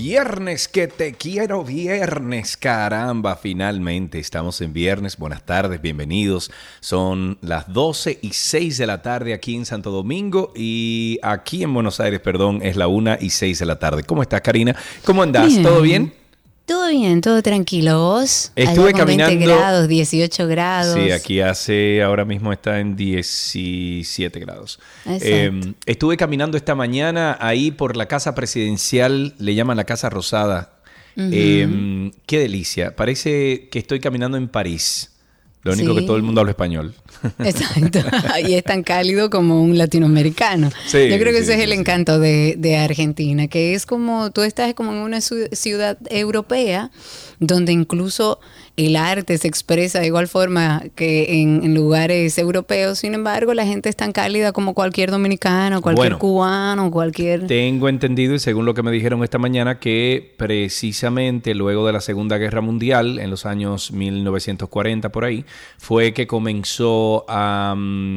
Viernes, que te quiero viernes, caramba, finalmente estamos en viernes. Buenas tardes, bienvenidos. Son las 12:06 de la tarde aquí en Santo Domingo y aquí en Buenos Aires, perdón, es la 1:06 de la tarde. ¿Cómo estás, Karina? ¿Cómo andás? Bien. ¿Todo bien? Todo bien, todo tranquilo. ¿Vos? Estuve allá con caminando. 20 grados, 18 grados. Sí, aquí ahora mismo está en 17 grados. Exacto. Estuve caminando esta mañana ahí por la Casa Presidencial, le llaman la Casa Rosada. Qué delicia, parece que estoy caminando en París. Lo único Sí. que todo el mundo habla español. Exacto. Y es tan cálido como un latinoamericano. Sí, Yo creo que sí, ese es sí, el sí. encanto de Argentina, que es como, tú estás como en una ciudad europea, donde incluso el arte se expresa de igual forma que en lugares europeos. Sin embargo, la gente es tan cálida como cualquier dominicano, cualquier Bueno, cubano, cualquier... tengo entendido, y según lo que me dijeron esta mañana, que precisamente luego de la Segunda Guerra Mundial, en los años 1940 por ahí, fue que comenzó a,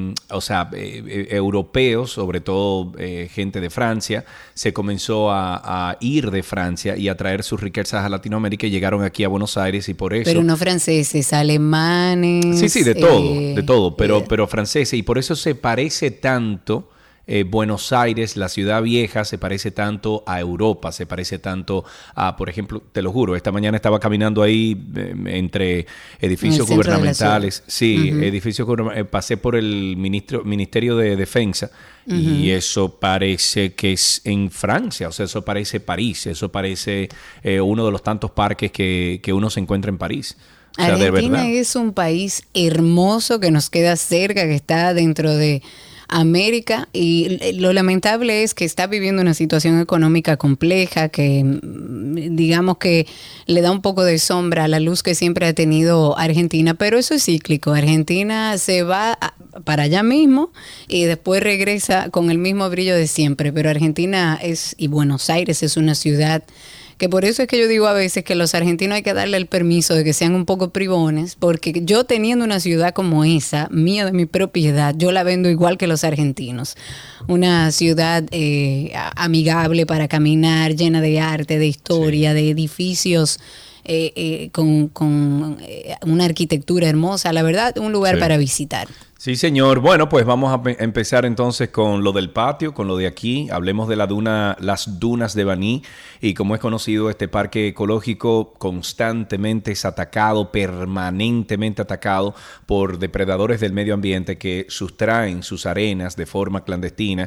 europeos, sobre todo gente de Francia, se comenzó a ir de Francia y a traer sus riquezas a Latinoamérica y llegaron aquí a Buenos Aires y por eso... Pero no franceses, alemanes. Sí, de todo, pero franceses, y por eso se parece tanto Buenos Aires, la ciudad vieja, se parece tanto a Europa, se parece tanto a, por ejemplo, te lo juro, esta mañana estaba caminando ahí entre edificios En el centro de la gubernamentales, sí, ciudad. edificios pasé por el Ministerio de Defensa y eso parece que es en Francia, o sea, eso parece París, eso parece uno de los tantos parques que uno se encuentra en París. O sea, de Argentina verdad. es un país hermoso que nos queda cerca, que está dentro de América, y lo lamentable es que está viviendo una situación económica compleja que digamos que le da un poco de sombra a la luz que siempre ha tenido Argentina, pero eso es cíclico. Argentina se va para allá mismo y después regresa con el mismo brillo de siempre, pero Argentina y Buenos Aires es una ciudad que por eso es que yo digo a veces que los argentinos hay que darle el permiso de que sean un poco privones, porque yo teniendo una ciudad como esa, mía de mi propiedad, yo la vendo igual que los argentinos. Una ciudad amigable para caminar, llena de arte, de historia, de edificios con una arquitectura hermosa. La verdad, un lugar Sí. para visitar. Sí, señor. Bueno, pues vamos a empezar entonces con lo del patio, con lo de aquí. Hablemos de las dunas de Baní. Y como es conocido, este parque ecológico constantemente es atacado, permanentemente atacado por depredadores del medio ambiente que sustraen sus arenas de forma clandestina,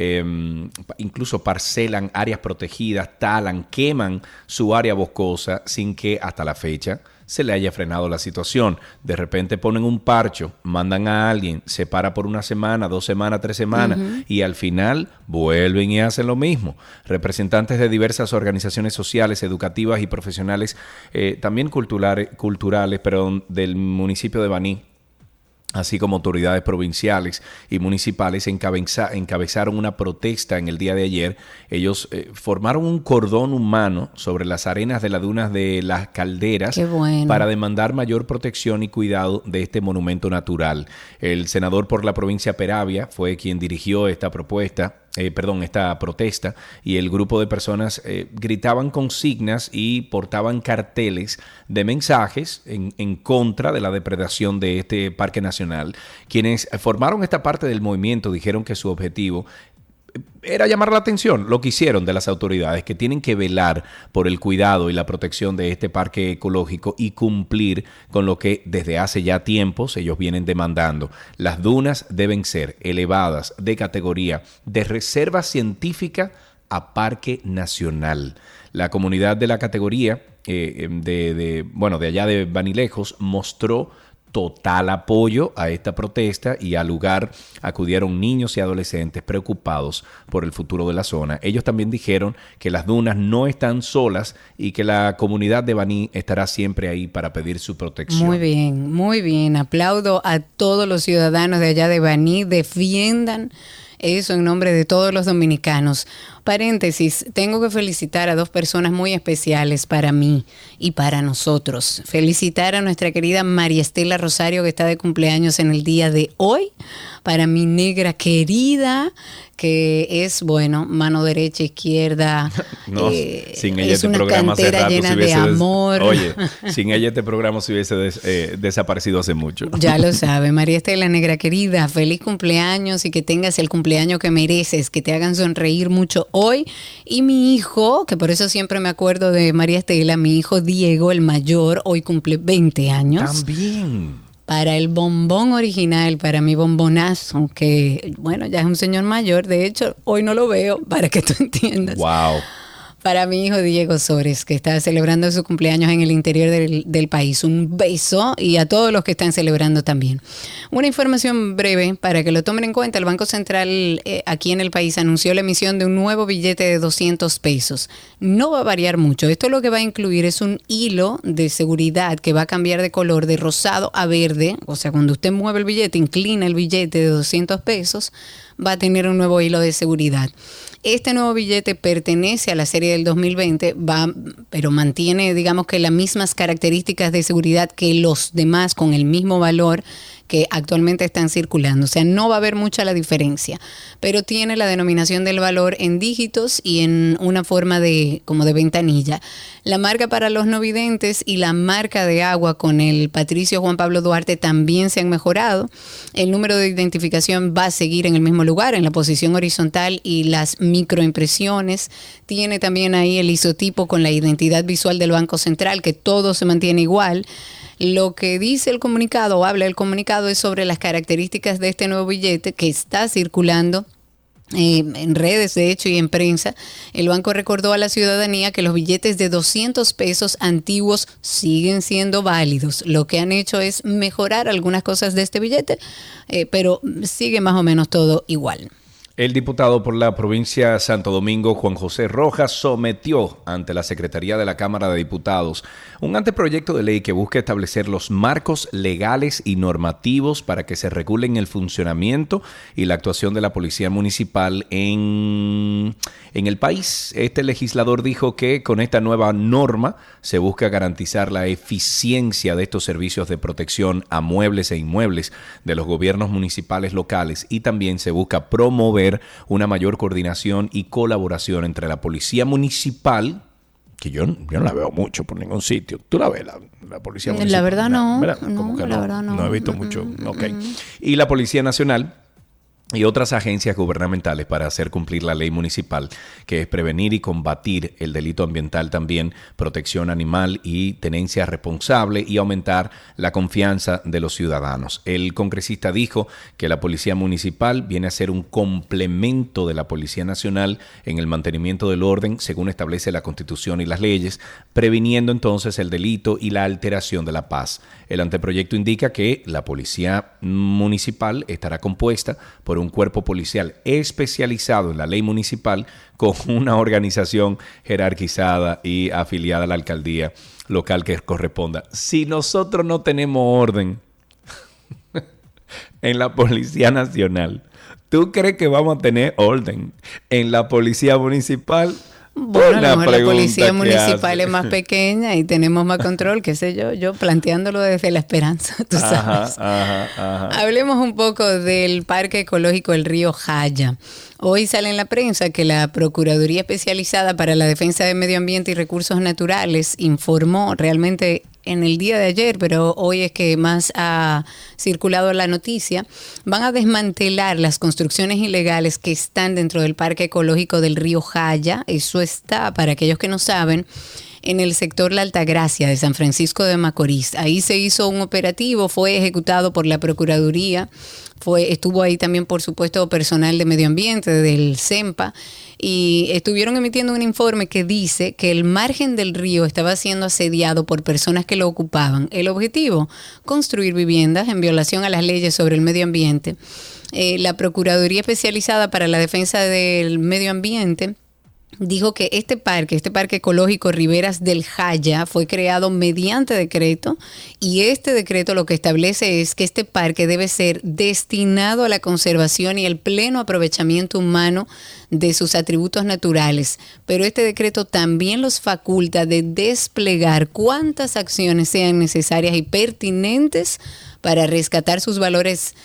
incluso parcelan áreas protegidas, talan, queman su área boscosa sin que hasta la fecha se le haya frenado la situación. De repente ponen un parcho, mandan a alguien, se para por una semana, 2 semanas, 3 semanas, y al final vuelven y hacen lo mismo. Representantes de diversas organizaciones sociales, educativas y profesionales, también culturales, pero del municipio de Baní, así como autoridades provinciales y municipales encabezaron una protesta en el día de ayer. Ellos formaron un cordón humano sobre las arenas de las dunas de las Calderas. Qué bueno. Para demandar mayor protección y cuidado de este monumento natural. El senador por la provincia Peravia fue quien dirigió esta esta protesta, y el grupo de personas gritaban consignas y portaban carteles de mensajes en contra de la depredación de este parque nacional. Quienes formaron esta parte del movimiento dijeron que su objetivo era llamar la atención, lo que hicieron de las autoridades, que tienen que velar por el cuidado y la protección de este parque ecológico y cumplir con lo que desde hace ya tiempos ellos vienen demandando. Las dunas deben ser elevadas de categoría de reserva científica a parque nacional. La comunidad de la categoría de allá de Banilejos mostró total apoyo a esta protesta, y al lugar acudieron niños y adolescentes preocupados por el futuro de la zona. Ellos también dijeron que las dunas no están solas y que la comunidad de Baní estará siempre ahí para pedir su protección. Muy bien, muy bien. Aplaudo a todos los ciudadanos de allá de Baní. Defiendan Eso en nombre de todos los dominicanos. Paréntesis, tengo que felicitar a dos personas muy especiales para mí y para nosotros. Felicitar a nuestra querida María Estela Rosario, que está de cumpleaños en el día de hoy. Para mi negra querida, que es, bueno, mano derecha, izquierda. No, sin ella es una cantera llena de amor. Oye, sin ella este programa se hubiese desaparecido hace mucho. Ya lo sabe, María Estela, negra querida, feliz cumpleaños y que tengas el cumpleaños que mereces, que te hagan sonreír mucho hoy. Y mi hijo, que por eso siempre me acuerdo de María Estela, mi hijo Diego, el mayor, hoy cumple 20 años. También. Para el bombón original, para mi bombonazo, que bueno, ya es un señor mayor, de hecho, hoy no lo veo, para que tú entiendas. Wow. Para mi hijo Diego Sores, que está celebrando su cumpleaños en el interior del país. Un beso y a todos los que están celebrando también. Una información breve para que lo tomen en cuenta. El Banco Central aquí en el país anunció la emisión de un nuevo billete de 200 pesos. No va a variar mucho. Esto lo que va a incluir es un hilo de seguridad que va a cambiar de color de rosado a verde. O sea, cuando usted mueve el billete, inclina el billete de 200 pesos, va a tener un nuevo hilo de seguridad. Este nuevo billete pertenece a la serie del 2020, pero mantiene, digamos que las mismas características de seguridad que los demás con el mismo valor que actualmente están circulando. O sea, no va a haber mucha la diferencia, pero tiene la denominación del valor en dígitos y en una forma como de ventanilla. La marca para los no videntes y la marca de agua con el Patricio Juan Pablo Duarte también se han mejorado. El número de identificación va a seguir en el mismo lugar, en la posición horizontal, y las microimpresiones. Tiene también ahí el isotipo con la identidad visual del Banco Central, que todo se mantiene igual. Lo que dice el comunicado, o habla el comunicado, es sobre las características de este nuevo billete que está circulando en redes, de hecho, y en prensa. El banco recordó a la ciudadanía que los billetes de 200 pesos antiguos siguen siendo válidos. Lo que han hecho es mejorar algunas cosas de este billete, pero sigue más o menos todo igual. El diputado por la provincia de Santo Domingo, Juan José Rojas, sometió ante la Secretaría de la Cámara de Diputados un anteproyecto de ley que busca establecer los marcos legales y normativos para que se regulen el funcionamiento y la actuación de la Policía Municipal en el país. Este legislador dijo que con esta nueva norma se busca garantizar la eficiencia de estos servicios de protección a muebles e inmuebles de los gobiernos municipales locales, y también se busca promover una mayor coordinación y colaboración entre la Policía Municipal, que yo no la veo mucho por ningún sitio. ¿Tú la ves, la Policía Municipal? La verdad no. Como que la verdad no. No he visto mucho. Okay. Y la Policía Nacional y otras agencias gubernamentales para hacer cumplir la ley municipal, que es prevenir y combatir el delito ambiental también, protección animal y tenencia responsable, y aumentar la confianza de los ciudadanos. El congresista dijo que la Policía Municipal viene a ser un complemento de la Policía Nacional en el mantenimiento del orden, según establece la Constitución y las leyes, previniendo entonces el delito y la alteración de la paz. El anteproyecto indica que la Policía Municipal estará compuesta por un cuerpo policial especializado en la ley municipal, con una organización jerarquizada y afiliada a la alcaldía local que corresponda. Si nosotros no tenemos orden en la Policía Nacional, ¿tú crees que vamos a tener orden en la Policía Municipal? Bueno, a lo mejor la Policía Municipal es más pequeña y tenemos más control, qué sé yo planteándolo desde la esperanza, tú sabes. Ajá. Hablemos un poco del Parque Ecológico El Río Jaya. Hoy sale en la prensa que la Procuraduría Especializada para la Defensa del Medio Ambiente y Recursos Naturales informó realmente en el día de ayer, pero hoy es que más ha circulado la noticia, van a desmantelar las construcciones ilegales que están dentro del Parque Ecológico del Río Jaya. Eso está, para aquellos que no saben, en el sector La Altagracia de San Francisco de Macorís. Ahí se hizo un operativo, fue ejecutado por la Procuraduría, estuvo ahí también, por supuesto, personal de medio ambiente, del CEMPA, y estuvieron emitiendo un informe que dice que el margen del río estaba siendo asediado por personas que lo ocupaban. El objetivo, construir viviendas en violación a las leyes sobre el medio ambiente. La Procuraduría Especializada para la Defensa del Medio Ambiente dijo que este parque ecológico Riberas del Jaya, fue creado mediante decreto, y este decreto lo que establece es que este parque debe ser destinado a la conservación y el pleno aprovechamiento humano de sus atributos naturales. Pero este decreto también los faculta de desplegar cuantas acciones sean necesarias y pertinentes para rescatar sus valores,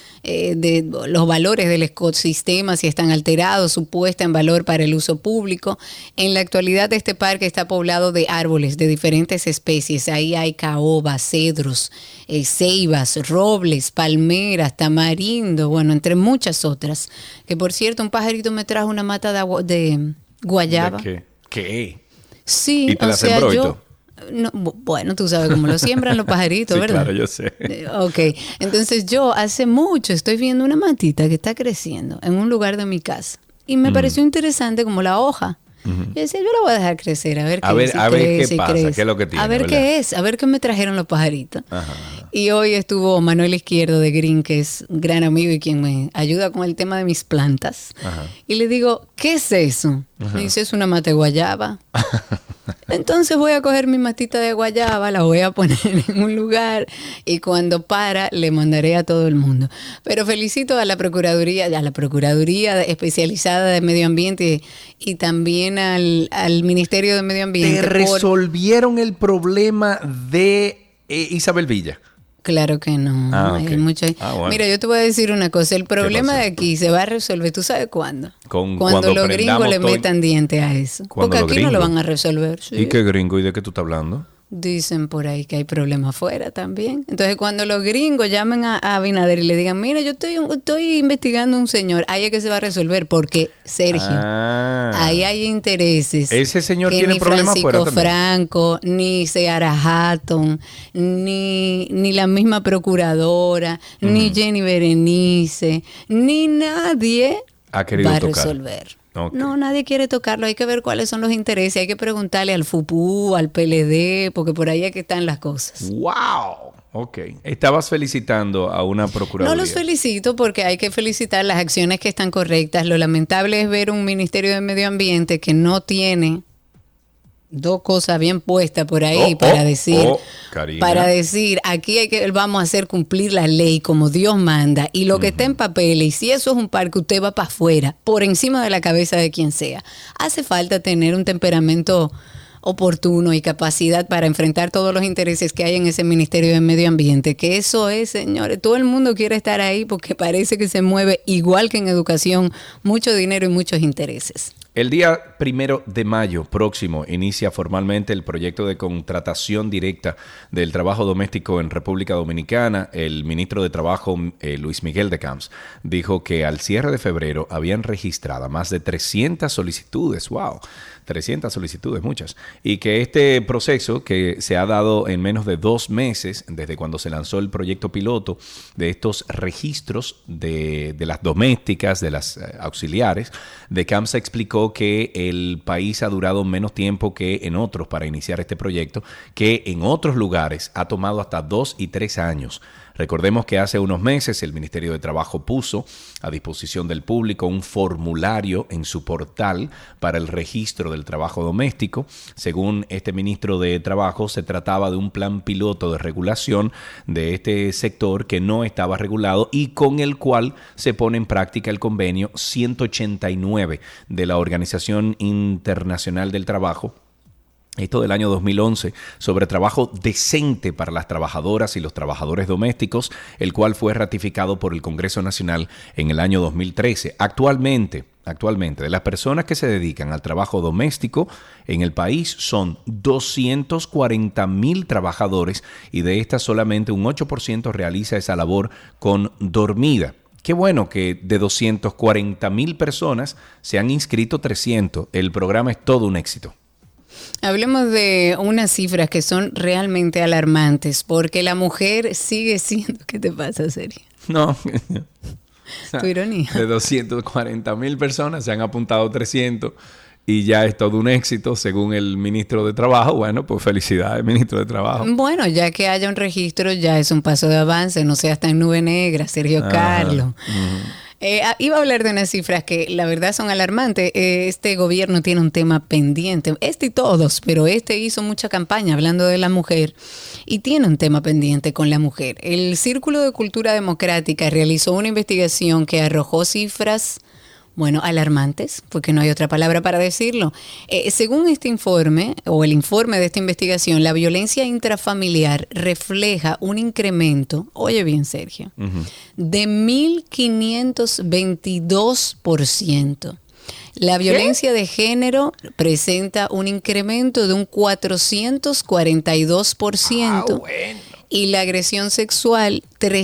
los valores del ecosistema, si están alterados, su puesta en valor para el uso público. En la actualidad este parque está poblado de árboles de diferentes especies. Ahí hay caobas, cedros, ceibas, robles, palmeras, tamarindo, bueno, entre muchas otras. Que por cierto, un pajarito me trajo una mata de guayaba. ¿De qué? Sí, ¿Y te la sembró y todo? No, bueno, tú sabes cómo lo siembran los pajaritos, Sí, ¿verdad? claro, yo sé. Ok, entonces yo hace mucho estoy viendo una matita que está creciendo en un lugar de mi casa y me pareció interesante como la hoja. Y decía, yo la voy a dejar crecer, a ver qué pasa, qué es lo que tiene, a ver, ¿verdad?, qué es, a ver qué me trajeron los pajaritos. Ajá. Y hoy estuvo Manuel Izquierdo de Green, que es un gran amigo y quien me ayuda con el tema de mis plantas. Ajá. Y le digo, ¿qué es eso? Me dice, es una mata de guayaba. Entonces voy a coger mi matita de guayaba, la voy a poner en un lugar y cuando le mandaré a todo el mundo. Pero felicito a la Procuraduría especializada de Medio Ambiente y también al Ministerio de Medio Ambiente. ¿Te resolvieron el problema de Isabel Villa? Claro que no. Okay. Hay mucho... Bueno. Mira, yo te voy a decir una cosa. El problema de aquí se va a resolver. ¿Tú sabes cuándo? Cuando los gringos le metan diente a eso. Porque aquí no lo van a resolver. ¿Sí? ¿Y qué gringo? ¿Y de qué tú estás hablando? Dicen por ahí que hay problemas afuera también. Entonces, cuando los gringos llamen a Abinader y le digan, mira, yo estoy investigando a un señor, ahí es que se va a resolver. Porque, Sergio, ahí hay intereses. Ese señor que tiene ni problemas Francisco afuera también. Franco, ni Seara Hatton, ni la misma procuradora, ni Jenny Berenice, ni nadie ha querido va a tocar. Resolver. Okay. No, nadie quiere tocarlo. Hay que ver cuáles son los intereses. Hay que preguntarle al FUPU, al PLD, porque por ahí es que están las cosas. ¡Wow! Ok. Estabas felicitando a una procuraduría. No los felicito porque hay que felicitar las acciones que están correctas. Lo lamentable es ver un Ministerio de Medio Ambiente que no tiene dos cosas bien puestas por ahí para decir, aquí vamos a hacer cumplir la ley como Dios manda, y lo que está en papel, y si eso es un parque, usted va para afuera, por encima de la cabeza de quien sea. Hace falta tener un temperamento oportuno y capacidad para enfrentar todos los intereses que hay en ese Ministerio de Medio Ambiente, que eso es, señores, todo el mundo quiere estar ahí porque parece que se mueve igual que en educación, mucho dinero y muchos intereses. El día 1 de mayo próximo inicia formalmente el proyecto de contratación directa del trabajo doméstico en República Dominicana. El ministro de Trabajo, Luis Miguel de Camps, dijo que al cierre de febrero habían registrado más de 300 solicitudes. ¡Wow! 300 solicitudes, muchas. Y que este proceso que se ha dado en menos de 2 meses, desde cuando se lanzó el proyecto piloto de estos registros de las domésticas, de las auxiliares, de Camps explicó que el país ha durado menos tiempo que en otros para iniciar este proyecto, que en otros lugares ha tomado hasta 2 y 3 años. Recordemos que hace unos meses el Ministerio de Trabajo puso a disposición del público un formulario en su portal para el registro del trabajo doméstico. Según este ministro de Trabajo, se trataba de un plan piloto de regulación de este sector que no estaba regulado y con el cual se pone en práctica el convenio 189 de la Organización Internacional del Trabajo, esto del año 2011, sobre trabajo decente para las trabajadoras y los trabajadores domésticos, el cual fue ratificado por el Congreso Nacional en el año 2013. Actualmente, de las personas que se dedican al trabajo doméstico en el país son 240,000 trabajadores y de estas solamente un 8% realiza esa labor con dormida. Qué bueno que de 240,000 personas se han inscrito 300. El programa es todo un éxito. Hablemos de unas cifras que son realmente alarmantes, porque la mujer sigue siendo... ¿Qué te pasa, Sergio? No. Tu ironía. De 240,000 personas se han apuntado 300 y ya es todo un éxito según el ministro de Trabajo. Bueno, pues felicidades, ministro de Trabajo. Bueno, ya que haya un registro ya es un paso de avance, no sea hasta en nube negra, Sergio Carlos. Iba a hablar de unas cifras que la verdad son alarmantes. Este gobierno tiene un tema pendiente, este y todos, pero este hizo mucha campaña hablando de la mujer y tiene un tema pendiente con la mujer. El Círculo de Cultura Democrática realizó una investigación que arrojó cifras, bueno, alarmantes, porque no hay otra palabra para decirlo. Según este informe, o el informe de esta investigación, la violencia intrafamiliar refleja un incremento, oye bien, Sergio, de 1.522%. La violencia de género presenta un incremento de un 442%. Bueno. Y la agresión sexual,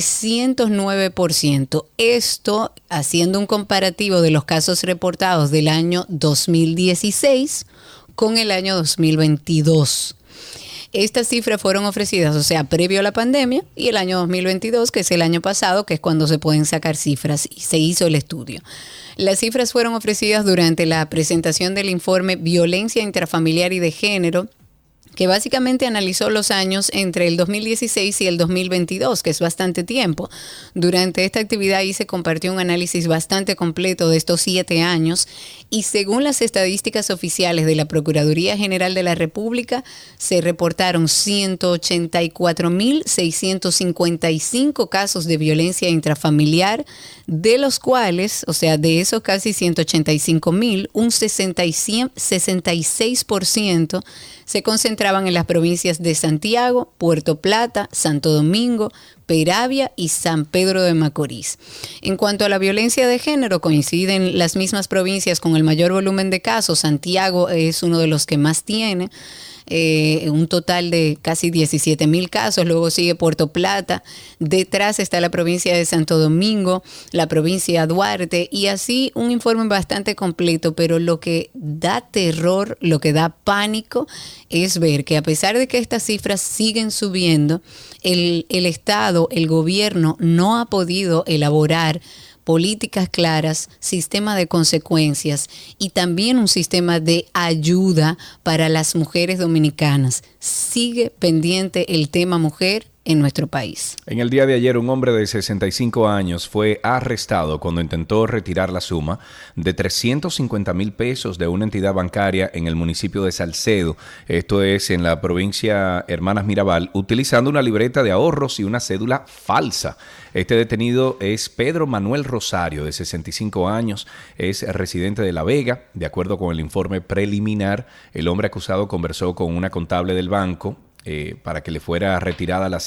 309%. Esto haciendo un comparativo de los casos reportados del año 2016 con el año 2022. Estas cifras fueron ofrecidas, o sea, previo a la pandemia, y el año 2022, que es el año pasado, que es cuando se pueden sacar cifras, y se hizo el estudio. Las cifras fueron ofrecidas durante la presentación del informe Violencia Intrafamiliar y de Género, que básicamente analizó los años entre el 2016 y el 2022, que es bastante tiempo. Durante esta actividad ahí se compartió un análisis bastante completo de estos 7 años y según las estadísticas oficiales de la Procuraduría General de la República, se reportaron 184.655 casos de violencia intrafamiliar, de los cuales, o sea, de esos casi 185.000, un 66% se concentraban en las provincias de Santiago, Puerto Plata, Santo Domingo, Peravia y San Pedro de Macorís. En cuanto a la violencia de género, coinciden las mismas provincias con el mayor volumen de casos. Santiago es uno de los que más tiene, un total de casi 17.000 casos. Luego sigue Puerto Plata, detrás está la provincia de Santo Domingo, la provincia de Duarte, y así un informe bastante completo. Pero lo que da terror, lo que da pánico es ver que a pesar de que estas cifras siguen subiendo, el Estado, el gobierno no ha podido elaborar políticas claras, sistema de consecuencias y también un sistema de ayuda para las mujeres dominicanas. Sigue pendiente el tema mujer en nuestro país. En el día de ayer, un hombre de 65 años fue arrestado cuando intentó retirar la suma de 350,000 pesos de una entidad bancaria en el municipio de Salcedo, esto es en la provincia Hermanas Mirabal, utilizando una libreta de ahorros y una cédula falsa. Este detenido es Pedro Manuel Rosario, de 65 años, es residente de La Vega. De acuerdo con el informe preliminar, el hombre acusado conversó con una contable del banco para que le fuera retirada la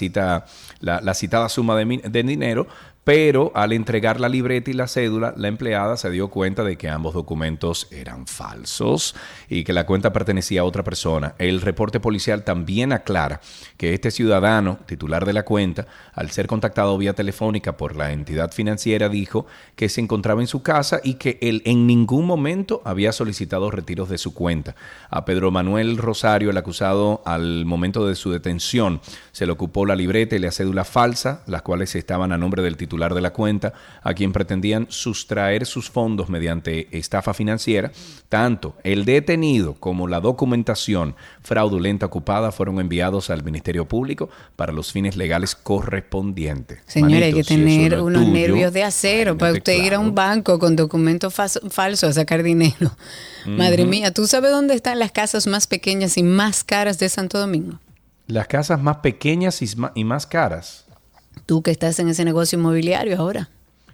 citada suma de dinero, pero al entregar la libreta y la cédula, la empleada se dio cuenta de que ambos documentos eran falsos y que la cuenta pertenecía a otra persona. El reporte policial también aclara que este ciudadano, titular de la cuenta, al ser contactado vía telefónica por la entidad financiera, dijo que se encontraba en su casa y que él en ningún momento había solicitado retiros de su cuenta. A Pedro Manuel Rosario, el acusado, al momento de su detención, se le ocupó la libreta y la cédula falsa, las cuales estaban a nombre del titular de la cuenta, a quien pretendían sustraer sus fondos mediante estafa financiera. Tanto el detenido como la documentación fraudulenta ocupada fueron enviados al Ministerio Público para los fines legales correspondientes. Señora, hay que tener unos nervios de acero para usted ir a un banco con documentos falsos a sacar dinero. Madre mía, ¿tú sabes dónde están las casas más pequeñas y más caras de Santo Domingo? Las casas más pequeñas y más caras. Tú que estás en ese negocio inmobiliario ahora.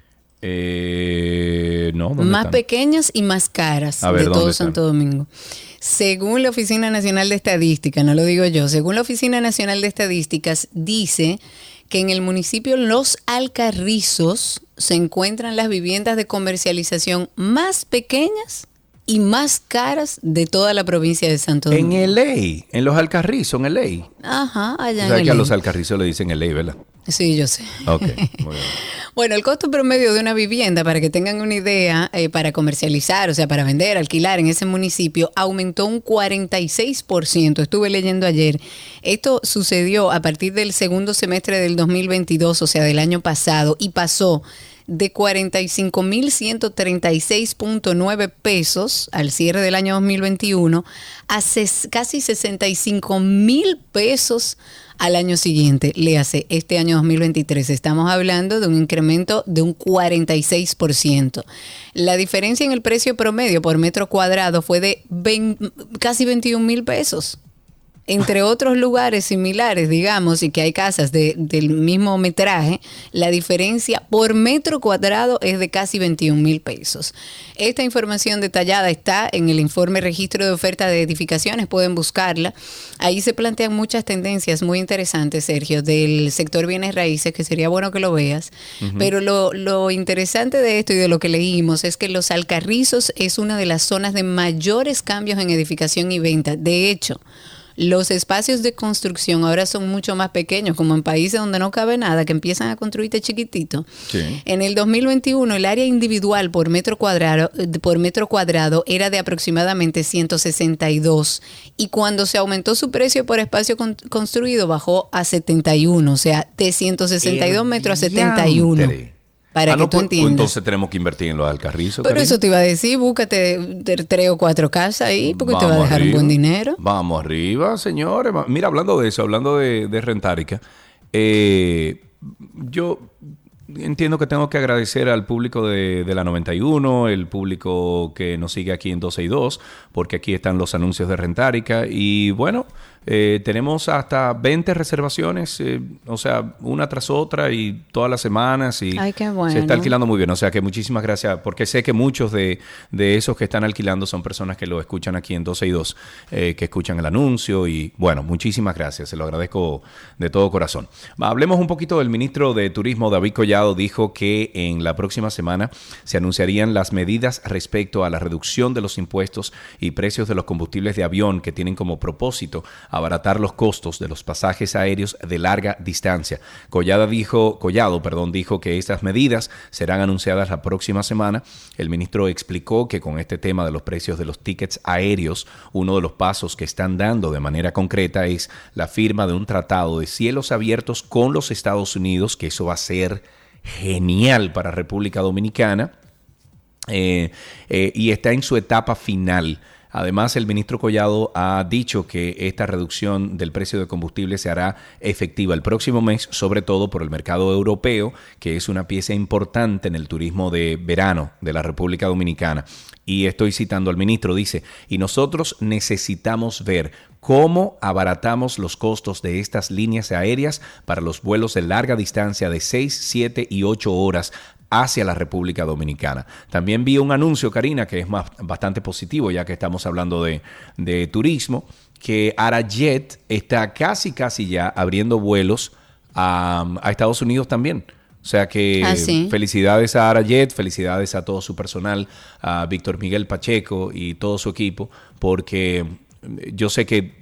No. Más pequeñas y más caras de todo Santo Domingo. Según la Oficina Nacional de Estadística, no lo digo yo, según la Oficina Nacional de Estadísticas, dice que en el municipio Los Alcarrizos se encuentran las viviendas de comercialización más pequeñas y más caras de toda la provincia de Santo Domingo. En LA, en Los Alcarrizos, en LA. Ajá, allá en LA. O sea que a Los Alcarrizos le dicen LA, ¿verdad? Sí, yo sé. Ok, muy bien. Bueno, el costo promedio de una vivienda, para que tengan una idea, para comercializar, o sea, para vender, alquilar en ese municipio, aumentó un 46%. Estuve leyendo ayer. Esto sucedió a partir del segundo semestre del 2022, o sea, del año pasado, y pasó de 45.136.9 pesos al cierre del año 2021 a casi 65.000 pesos al año siguiente, le hace este año 2023. Estamos hablando de un incremento de un 46%. La diferencia en el precio promedio por metro cuadrado fue de casi 21.000 pesos. Entre otros lugares similares, digamos, y que hay casas del mismo metraje, la diferencia por metro cuadrado es de casi 21.000 pesos. Esta información detallada está en el informe Registro de Oferta de Edificaciones, pueden buscarla. Ahí se plantean muchas tendencias muy interesantes, Sergio, del sector bienes raíces, que sería bueno que lo veas. Uh-huh. Pero lo interesante de esto y de lo que leímos es que Los Alcarrizos es una de las zonas de mayores cambios en edificación y venta. De hecho, los espacios de construcción ahora son mucho más pequeños, como en países donde no cabe nada, que empiezan a construirte chiquitito. Sí. En el 2021, el área individual por metro cuadrado era de aproximadamente 162, y cuando se aumentó su precio por espacio construido bajó a 71, o sea, de 162 metros a 71. Para que tú entiendas. Entonces tenemos que invertir en los Alcarrizos. Pero Karina, eso te iba a decir, búscate 3 o 4 casas ahí, porque te va a dejar arriba, un buen dinero. Vamos arriba, señores. Mira, hablando de eso, hablando de Rentárica, yo entiendo que tengo que agradecer al público de la 91, el público que nos sigue aquí en 12y2, porque aquí están los anuncios de Rentárica. Y bueno, tenemos hasta 20 reservaciones, o sea, una tras otra y todas las semanas. Y ay, qué bueno. Se está alquilando muy bien. O sea, que muchísimas gracias, porque sé que muchos de esos que están alquilando son personas que lo escuchan aquí en 12y2, que escuchan el anuncio. Y bueno, muchísimas gracias. Se lo agradezco de todo corazón. Hablemos un poquito del ministro de Turismo, David Collado. Dijo que en la próxima semana se anunciarían las medidas respecto a la reducción de los impuestos y precios de los combustibles de avión, que tienen como propósito abaratar los costos de los pasajes aéreos de larga distancia. Collado dijo que estas medidas serán anunciadas la próxima semana. El ministro explicó que con este tema de los precios de los tickets aéreos, uno de los pasos que están dando de manera concreta es la firma de un tratado de cielos abiertos con los Estados Unidos, que eso va a ser genial para República Dominicana, y está en su etapa final. Además, el ministro Collado ha dicho que esta reducción del precio de combustible se hará efectiva el próximo mes, sobre todo por el mercado europeo, que es una pieza importante en el turismo de verano de la República Dominicana. Y estoy citando al ministro, dice, y nosotros necesitamos ver cómo abaratamos los costos de estas líneas aéreas para los vuelos de larga distancia de 6, 7 y 8 horas hacia la República Dominicana. También vi un anuncio, Karina, que es bastante positivo, ya que estamos hablando de turismo, que Arajet está casi ya abriendo vuelos a Estados Unidos también. O sea que ¿sí? Felicidades a Arajet, felicidades a todo su personal, a Víctor Miguel Pacheco y todo su equipo, porque yo sé que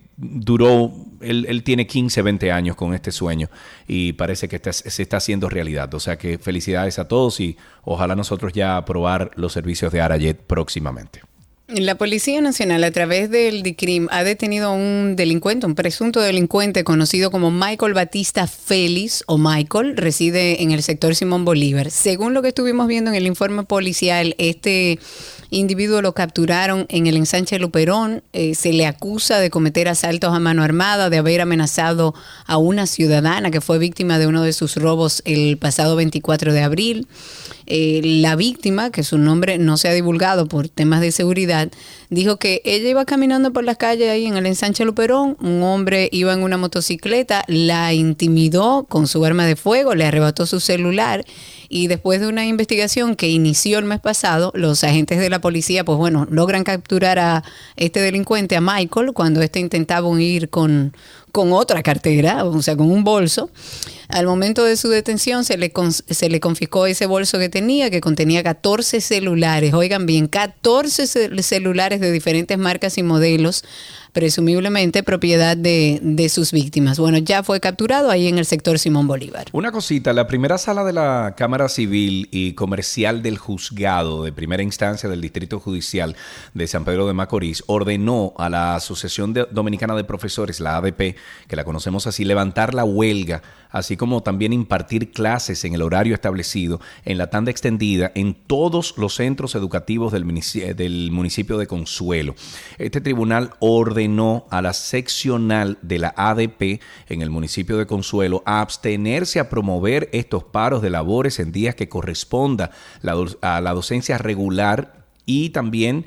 él tiene 15, 20 años con este sueño y parece que se está haciendo realidad. O sea que felicidades a todos y ojalá nosotros ya probar los servicios de Arajet próximamente. La Policía Nacional, a través del DICRIM, ha detenido a un presunto delincuente conocido como Michael Batista Félix, o Michael, reside en el sector Simón Bolívar. Según lo que estuvimos viendo en el informe policial, este individuo lo capturaron en el ensanche Luperón. Se le acusa de cometer asaltos a mano armada, de haber amenazado a una ciudadana que fue víctima de uno de sus robos el pasado 24 de abril. La víctima, que su nombre no se ha divulgado por temas de seguridad, dijo que ella iba caminando por las calles ahí en el ensanche Luperón, un hombre iba en una motocicleta, la intimidó con su arma de fuego, le arrebató su celular y después de una investigación que inició el mes pasado, los agentes de la policía, pues bueno, logran capturar a este delincuente, a Michael, cuando este intentaba huir con otra cartera, o sea, con un bolso. Al momento de su detención se le confiscó ese bolso que tenía, que contenía 14 celulares. Oigan bien, 14 celulares de diferentes marcas y modelos. presumiblemente propiedad de sus víctimas. Bueno, ya fue capturado ahí en el sector Simón Bolívar. Una cosita, la primera sala de la Cámara Civil y Comercial del Juzgado de Primera Instancia del Distrito Judicial de San Pedro de Macorís ordenó a la Asociación Dominicana de Profesores, la ADP, que la conocemos así, levantar la huelga, así como también impartir clases en el horario establecido en la tanda extendida en todos los centros educativos del municipio de Consuelo. Este tribunal ordenó a la seccional de la ADP en el municipio de Consuelo a abstenerse a promover estos paros de labores en días que corresponda a la docencia regular y también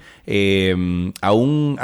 a un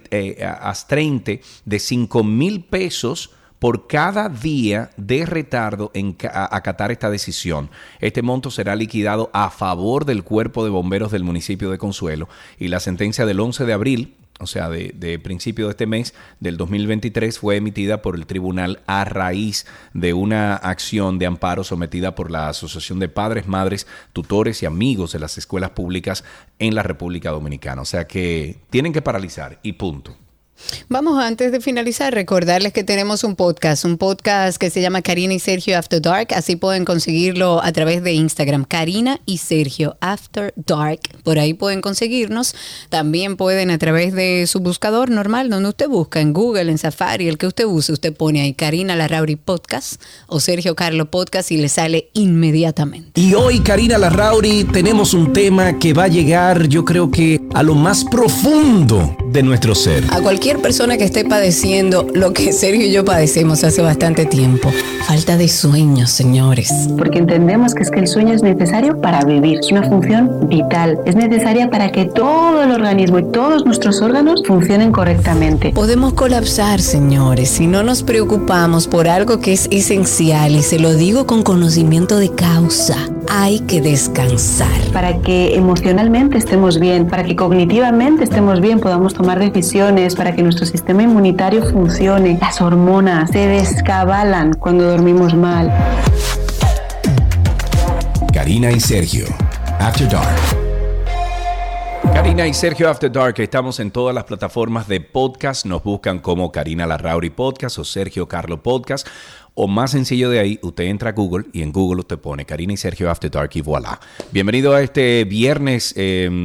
astreinte de 5,000 pesos por cada día de retardo en acatar esta decisión. Este monto será liquidado a favor del Cuerpo de Bomberos del municipio de Consuelo y la sentencia del 11 de abril, o sea, de principio de este mes del 2023, fue emitida por el tribunal a raíz de una acción de amparo sometida por la Asociación de Padres, Madres, Tutores y Amigos de las Escuelas Públicas en la República Dominicana. O sea que tienen que paralizar y punto. Vamos, antes de finalizar, recordarles que tenemos un podcast que se llama Karina y Sergio After Dark. Así pueden conseguirlo a través de Instagram, Karina y Sergio After Dark. Por ahí pueden conseguirnos. También pueden a través de su buscador normal, donde usted busca, en Google, en Safari, el que usted use, usted pone ahí Karina Larrauri Podcast o Sergio Carlo Podcast y le sale inmediatamente. Y hoy, Karina Larrauri, tenemos un tema que va a llegar, yo creo que a lo más profundo de nuestro ser. A cualquier persona que esté padeciendo lo que Sergio y yo padecemos hace bastante tiempo. Falta de sueño, señores. Porque entendemos que es que el sueño es necesario para vivir. Es una función vital. Es necesaria para que todo el organismo y todos nuestros órganos funcionen correctamente. Podemos colapsar, señores, si no nos preocupamos por algo que es esencial. Y se lo digo con conocimiento de causa. Hay que descansar. Para que emocionalmente estemos bien, para que cognitivamente estemos bien, podamos tomar decisiones, para que nuestro sistema inmunitario funcione. Las hormonas se descabalan cuando dormimos mal. Karina y Sergio, After Dark. Karina y Sergio After Dark, estamos en todas las plataformas de podcast. Nos buscan como Karina Larrauri Podcast o Sergio Carlo Podcast. O más sencillo de ahí, usted entra a Google y en Google usted pone Karina y Sergio After Dark y voilà. Bienvenido a este viernes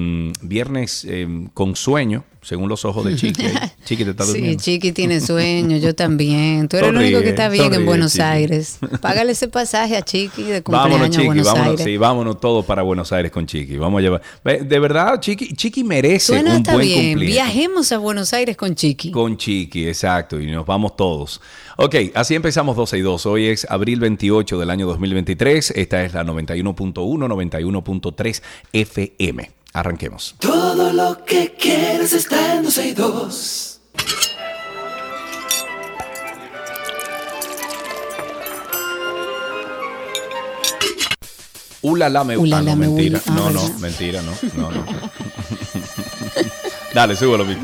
con sueño, según los ojos de Chiqui. Chiqui, ¿te está durmiendo? Sí, Chiqui tiene sueño, yo también. Tú eres el único que está bien en Buenos Chiqui. Aires. Págale ese pasaje a Chiqui de cumpleaños vámonos, Chiqui, a Buenos Aires. Sí, vámonos todos para Buenos Aires con Chiqui. Vamos a llevar. De verdad, Chiqui merece un buen cumpleaños. Viajemos a Buenos Aires con Chiqui. Con Chiqui, exacto, y nos vamos todos. Ok, así empezamos 12 y 2. Hoy es abril 28 del año 2023. Esta es la 91.1, 91.3 FM. Arranquemos. Todo lo que quieres está en 12 y 2. Ulala me gusta. No, mentira. No, mentira, no. Dale, súbelo, Vicky.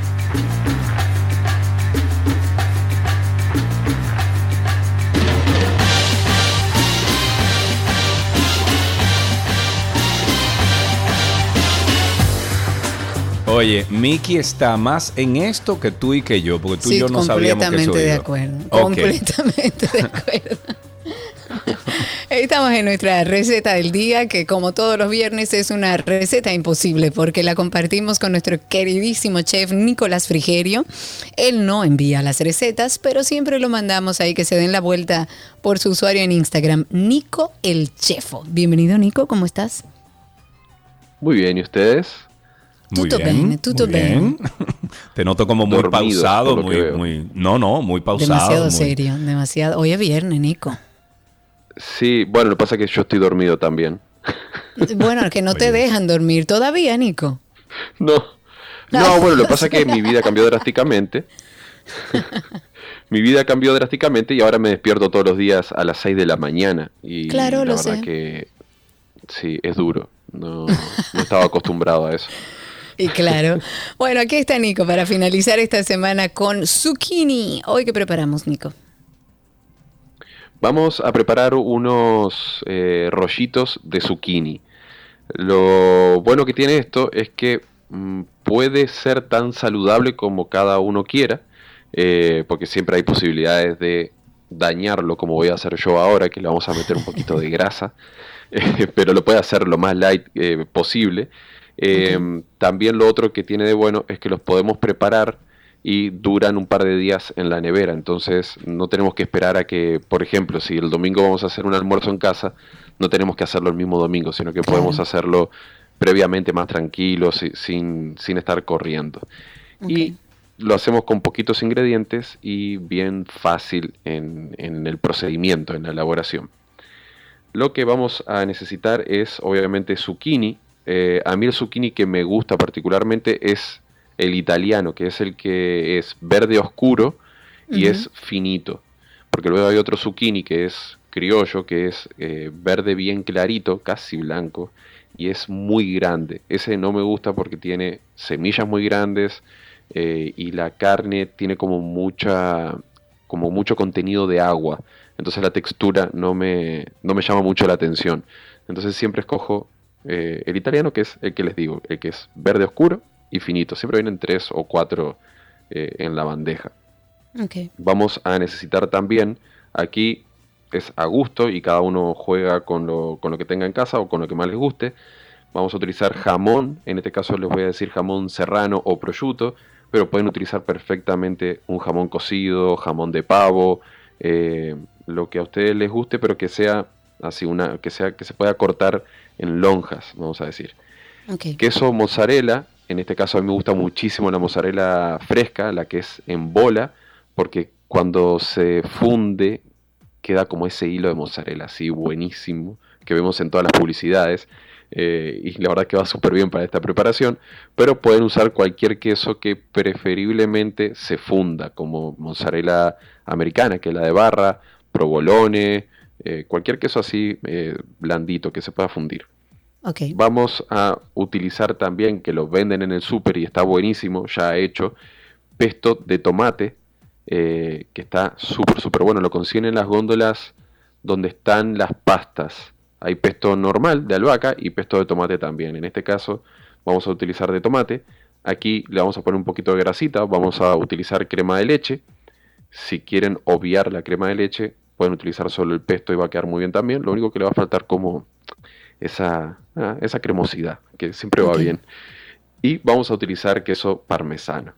Oye, Miki está más en esto que tú y que yo, porque tú y yo no sabíamos que eso iba. Completamente de acuerdo. Estamos en nuestra receta del día, que como todos los viernes es una receta imposible porque la compartimos con nuestro queridísimo chef Nicolás Frigerio. Él no envía las recetas, pero siempre lo mandamos ahí que se den la vuelta por su usuario en Instagram, Nico el Chefo. Bienvenido, Nico, ¿cómo estás? Muy bien, ¿y ustedes? Tutto bien. Te noto como muy dormido, pausado, muy pausado. Demasiado serio, demasiado. Hoy es viernes, Nico. Sí, bueno, lo que pasa es que yo estoy dormido también. Bueno, que no te dejan dormir todavía, Nico. No, bueno, lo que pasa es que mi vida cambió drásticamente. Mi vida cambió drásticamente y ahora me despierto todos los días a las 6 de la mañana. Y claro, la verdad que sí, es duro. No estaba acostumbrado a eso. Y claro. Bueno, aquí está Nico para finalizar esta semana con zucchini. Hoy, ¿qué preparamos, Nico? Vamos a preparar unos rollitos de zucchini. Lo bueno que tiene esto es que puede ser tan saludable como cada uno quiera, porque siempre hay posibilidades de dañarlo, como voy a hacer yo ahora, que le vamos a meter un poquito de grasa, pero lo puede hacer lo más light posible. También lo otro que tiene de bueno es que los podemos preparar y duran un par de días en la nevera, entonces no tenemos que esperar a que, por ejemplo, si el domingo vamos a hacer un almuerzo en casa, no tenemos que hacerlo el mismo domingo, sino que podemos hacerlo previamente más tranquilos, sin estar corriendo. Y lo hacemos con poquitos ingredientes y bien fácil en el procedimiento, en la elaboración. Lo que vamos a necesitar es obviamente zucchini. A mí el zucchini que me gusta particularmente es el italiano, que es el que es verde oscuro y es finito. Porque luego hay otro zucchini que es criollo, que es verde bien clarito, casi blanco, y es muy grande. Ese no me gusta porque tiene semillas muy grandes y la carne tiene como mucho contenido de agua. Entonces la textura no me llama mucho la atención. Entonces siempre escojo el italiano, que es el que les digo, el que es verde oscuro y finito. Siempre vienen 3 o 4 en la bandeja. Vamos a necesitar también, aquí es a gusto y cada uno juega con lo que tenga en casa o con lo que más les guste. Vamos a utilizar jamón, en este caso les voy a decir jamón serrano o prosciutto, pero pueden utilizar perfectamente un jamón cocido, jamón de pavo, lo que a ustedes les guste, pero que sea así que se pueda cortar en lonjas, vamos a decir. Queso mozzarella, en este caso a mí me gusta muchísimo la mozzarella fresca, la que es en bola, porque cuando se funde queda como ese hilo de mozzarella así buenísimo que vemos en todas las publicidades, y la verdad que va súper bien para esta preparación. Pero pueden usar cualquier queso que preferiblemente se funda, como mozzarella americana, que es la de barra, provolone, cualquier queso así blandito que se pueda fundir. Vamos a utilizar también, que lo venden en el súper y está buenísimo, ya hecho, pesto de tomate, que está súper bueno. Lo consiguen en las góndolas donde están las pastas. Hay pesto normal de albahaca y pesto de tomate también. En este caso vamos a utilizar de tomate. Aquí le vamos a poner un poquito de grasita. Vamos a utilizar crema de leche. Si quieren obviar la crema de leche, pueden utilizar solo el pesto y va a quedar muy bien también. Lo único que le va a faltar como esa cremosidad, que siempre va bien. Y vamos a utilizar queso parmesano.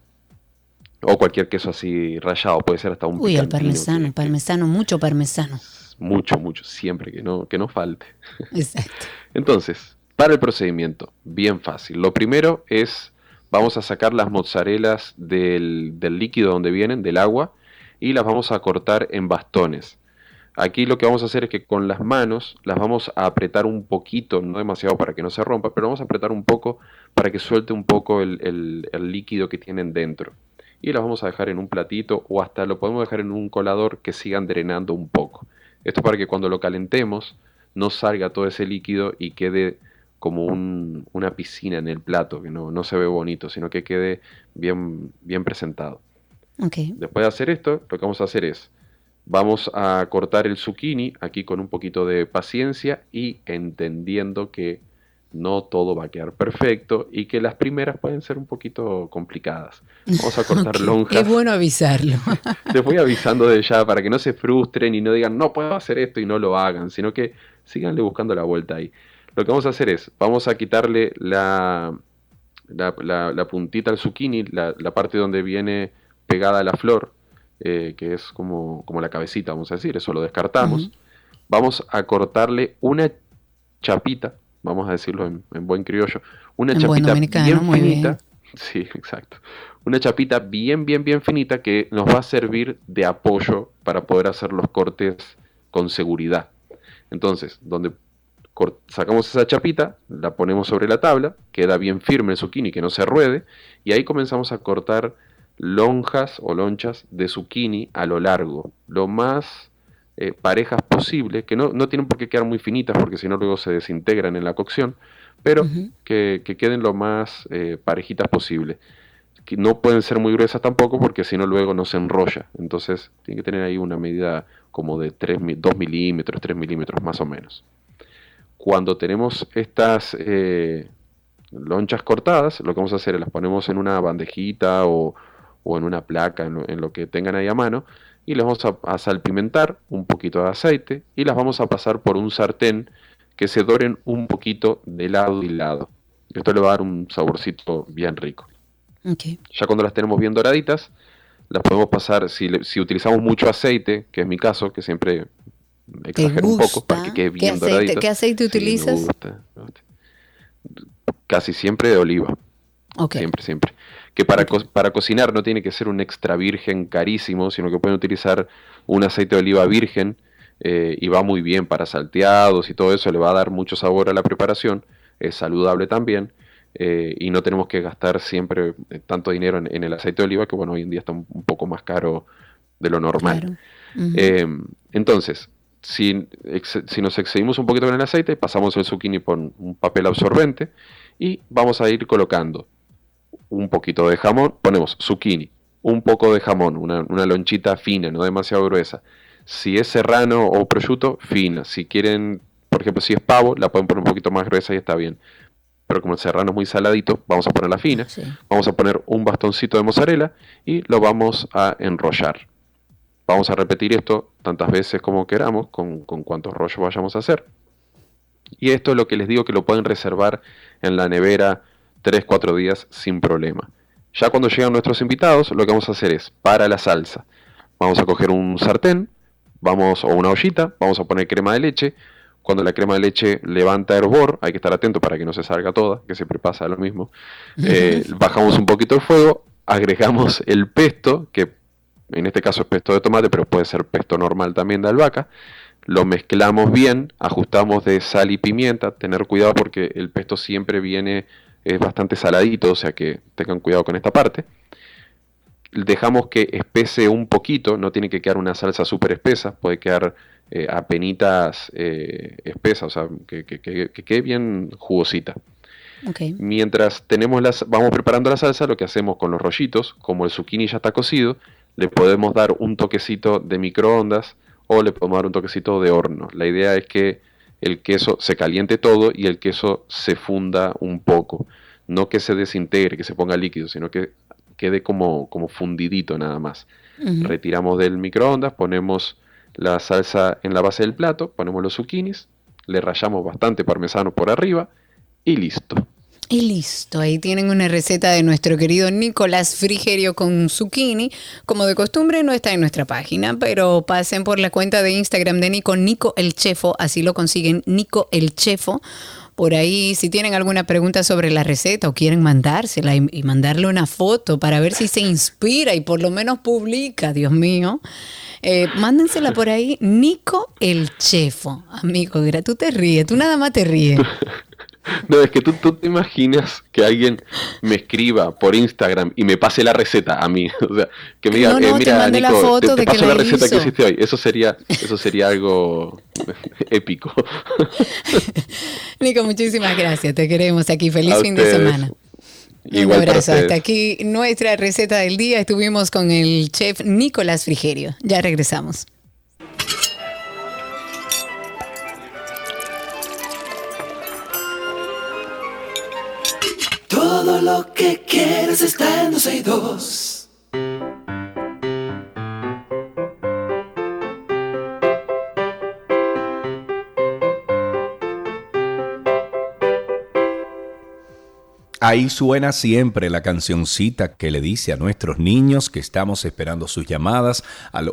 O cualquier queso así rallado, puede ser hasta un picantino. El parmesano, mucho parmesano. Mucho, siempre, que no falte. Exacto. Entonces, para el procedimiento, bien fácil. Lo primero es, vamos a sacar las mozzarellas del líquido donde vienen, del agua, y las vamos a cortar en bastones. Aquí lo que vamos a hacer es que con las manos las vamos a apretar un poquito, no demasiado para que no se rompa, pero vamos a apretar un poco para que suelte un poco el líquido que tienen dentro. Y las vamos a dejar en un platito o hasta lo podemos dejar en un colador que sigan drenando un poco. Esto para que cuando lo calentemos no salga todo ese líquido y quede como una piscina en el plato, que no se ve bonito, sino que quede bien presentado. Después de hacer esto, lo que vamos a hacer es, vamos a cortar el zucchini aquí con un poquito de paciencia y entendiendo que no todo va a quedar perfecto y que las primeras pueden ser un poquito complicadas. Vamos a cortar lonjas. Es bueno avisarlo. Les voy avisando de ya para que no se frustren y no digan no puedo hacer esto y no lo hagan, sino que síganle buscando la vuelta ahí. Lo que vamos a hacer es, vamos a quitarle la puntita al zucchini, la parte donde viene pegada la flor, que es como la cabecita, vamos a decir, eso lo descartamos. Vamos a cortarle una chapita, vamos a decirlo en buen criollo, una chapita bien finita. Sí, exacto. Una chapita bien finita que nos va a servir de apoyo para poder hacer los cortes con seguridad. Entonces, donde sacamos esa chapita, la ponemos sobre la tabla, queda bien firme el zucchini, que no se ruede, y ahí comenzamos a cortar lonjas o lonchas de zucchini a lo largo, lo más parejas posible, que no tienen por qué quedar muy finitas porque si no luego se desintegran en la cocción, pero que queden lo más parejitas posible. Que no pueden ser muy gruesas tampoco porque si no luego no se enrolla, entonces tiene que tener ahí una medida como de 2 milímetros, 3 milímetros más o menos. Cuando tenemos estas lonchas cortadas, lo que vamos a hacer es las ponemos en una bandejita o en una placa, en lo que tengan ahí a mano, y las vamos a salpimentar un poquito de aceite y las vamos a pasar por un sartén que se doren un poquito de lado y lado. Esto le va a dar un saborcito bien rico. Okay. Ya cuando las tenemos bien doraditas, las podemos pasar, si utilizamos mucho aceite, que es mi caso, que siempre exagero un poco para que quede bien doradito. ¿Qué aceite utilizas? Me gusta. Casi siempre de oliva. Okay. Siempre. Que para cocinar no tiene que ser un extra virgen carísimo, sino que pueden utilizar un aceite de oliva virgen y va muy bien para salteados y todo eso, le va a dar mucho sabor a la preparación, es saludable también. Y no tenemos que gastar siempre tanto dinero en el aceite de oliva, que bueno, hoy en día está un poco más caro de lo normal. Claro. Entonces, si nos excedimos un poquito con el aceite, pasamos el zucchini por un papel absorbente y vamos a ir colocando un poquito de jamón, ponemos zucchini, un poco de jamón, una lonchita fina, no demasiado gruesa. Si es serrano o prosciutto, fina. Si quieren, por ejemplo, si es pavo, la pueden poner un poquito más gruesa y está bien. Pero como el serrano es muy saladito, vamos a ponerla fina. Sí. Vamos a poner un bastoncito de mozzarella y lo vamos a enrollar. Vamos a repetir esto tantas veces como queramos, con cuantos rollos vayamos a hacer. Y esto es lo que les digo, que lo pueden reservar en la nevera 3-4 días sin problema. Ya cuando llegan nuestros invitados, lo que vamos a hacer es, para la salsa, vamos a coger un sartén, o una ollita, vamos a poner crema de leche. Cuando la crema de leche levanta hervor, hay que estar atento para que no se salga toda, que siempre pasa lo mismo. Bajamos un poquito el fuego, agregamos el pesto, que en este caso es pesto de tomate, pero puede ser pesto normal también de albahaca. Lo mezclamos bien, ajustamos de sal y pimienta, tener cuidado porque el pesto siempre es bastante saladito, o sea que tengan cuidado con esta parte. Dejamos que espese un poquito, no tiene que quedar una salsa súper espesa, puede quedar apenitas espesa, o sea, que quede bien jugosita. Okay. Mientras vamos preparando la salsa, lo que hacemos con los rollitos, como el zucchini ya está cocido, le podemos dar un toquecito de microondas o le podemos dar un toquecito de horno. La idea es que el queso se caliente todo y el queso se funda un poco. No que se desintegre, que se ponga líquido, sino que quede como fundidito nada más. Retiramos del microondas, ponemos la salsa en la base del plato, ponemos los zucchinis, le rallamos bastante parmesano por arriba y listo. Y listo, ahí tienen una receta de nuestro querido Nicolás Frigerio con zucchini. Como de costumbre no está en nuestra página, pero pasen por la cuenta de Instagram de Nico el Chefo, así lo consiguen, Nico el Chefo. Por ahí, si tienen alguna pregunta sobre la receta o quieren mandársela y mandarle una foto para ver si se inspira y por lo menos publica, Dios mío, mándensela por ahí, Nico el Chefo. Amigo, tú te ríes, tú nada más te ríes. No, es que tú te imaginas que alguien me escriba por Instagram y me pase la receta a mí. O sea, que me diga, mira, Nico, te paso la receta que hiciste hoy. Eso sería algo épico. Nico, muchísimas gracias. Te queremos aquí. Feliz fin de semana. Igual un abrazo. Hasta aquí nuestra receta del día. Estuvimos con el chef Nicolás Frigerio. Ya regresamos. Todo lo que quieres está en 12y2. Ahí suena siempre la cancioncita que le dice a nuestros niños que estamos esperando sus llamadas al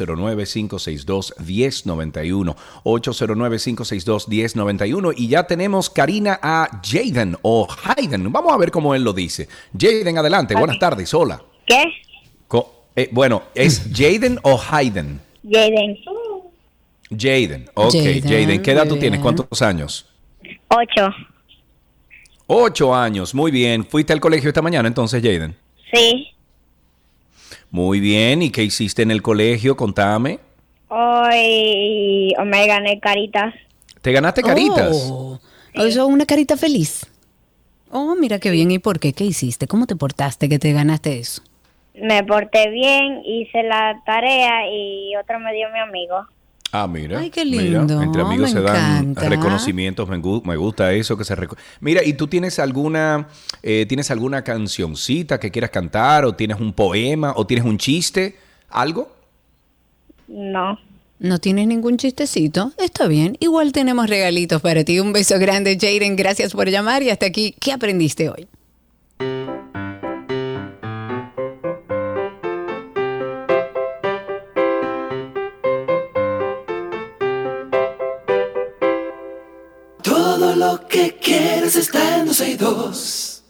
809-562-1091, 809-562-1091, y ya tenemos Karina a Jaden o Hayden. Vamos a ver cómo él lo dice. Jaden, adelante. Okay. Buenas tardes. Hola. ¿Qué? Bueno, ¿es Jaden o Hayden? Jaden. Jaden. Ok, Jaden. ¿Qué edad tú tienes? ¿Cuántos años? 8. 8 años, muy bien. ¿Fuiste al colegio esta mañana entonces, Jaden? Sí. Muy bien, ¿y qué hiciste en el colegio? Contame. Hoy me gané caritas. ¿Te ganaste caritas? Oh, eso es una carita feliz. Oh, mira qué bien. ¿Y por qué? ¿Qué hiciste? ¿Cómo te portaste que te ganaste eso? Me porté bien, hice la tarea y otro me dio mi amigo. Ah, mira. Ay, qué Mira, lindo. entre amigos Me se dan encanta. reconocimientos. Me gusta eso que se Mira, ¿y tú tienes alguna cancioncita que quieras cantar? ¿O tienes un poema? ¿O tienes un chiste? ¿Algo? No. ¿No tienes ningún chistecito? Está bien. Igual tenemos regalitos para ti. Un beso grande, Jaden. Gracias por llamar. Y hasta aquí, ¿qué aprendiste hoy? Todo lo que quieres está en 262.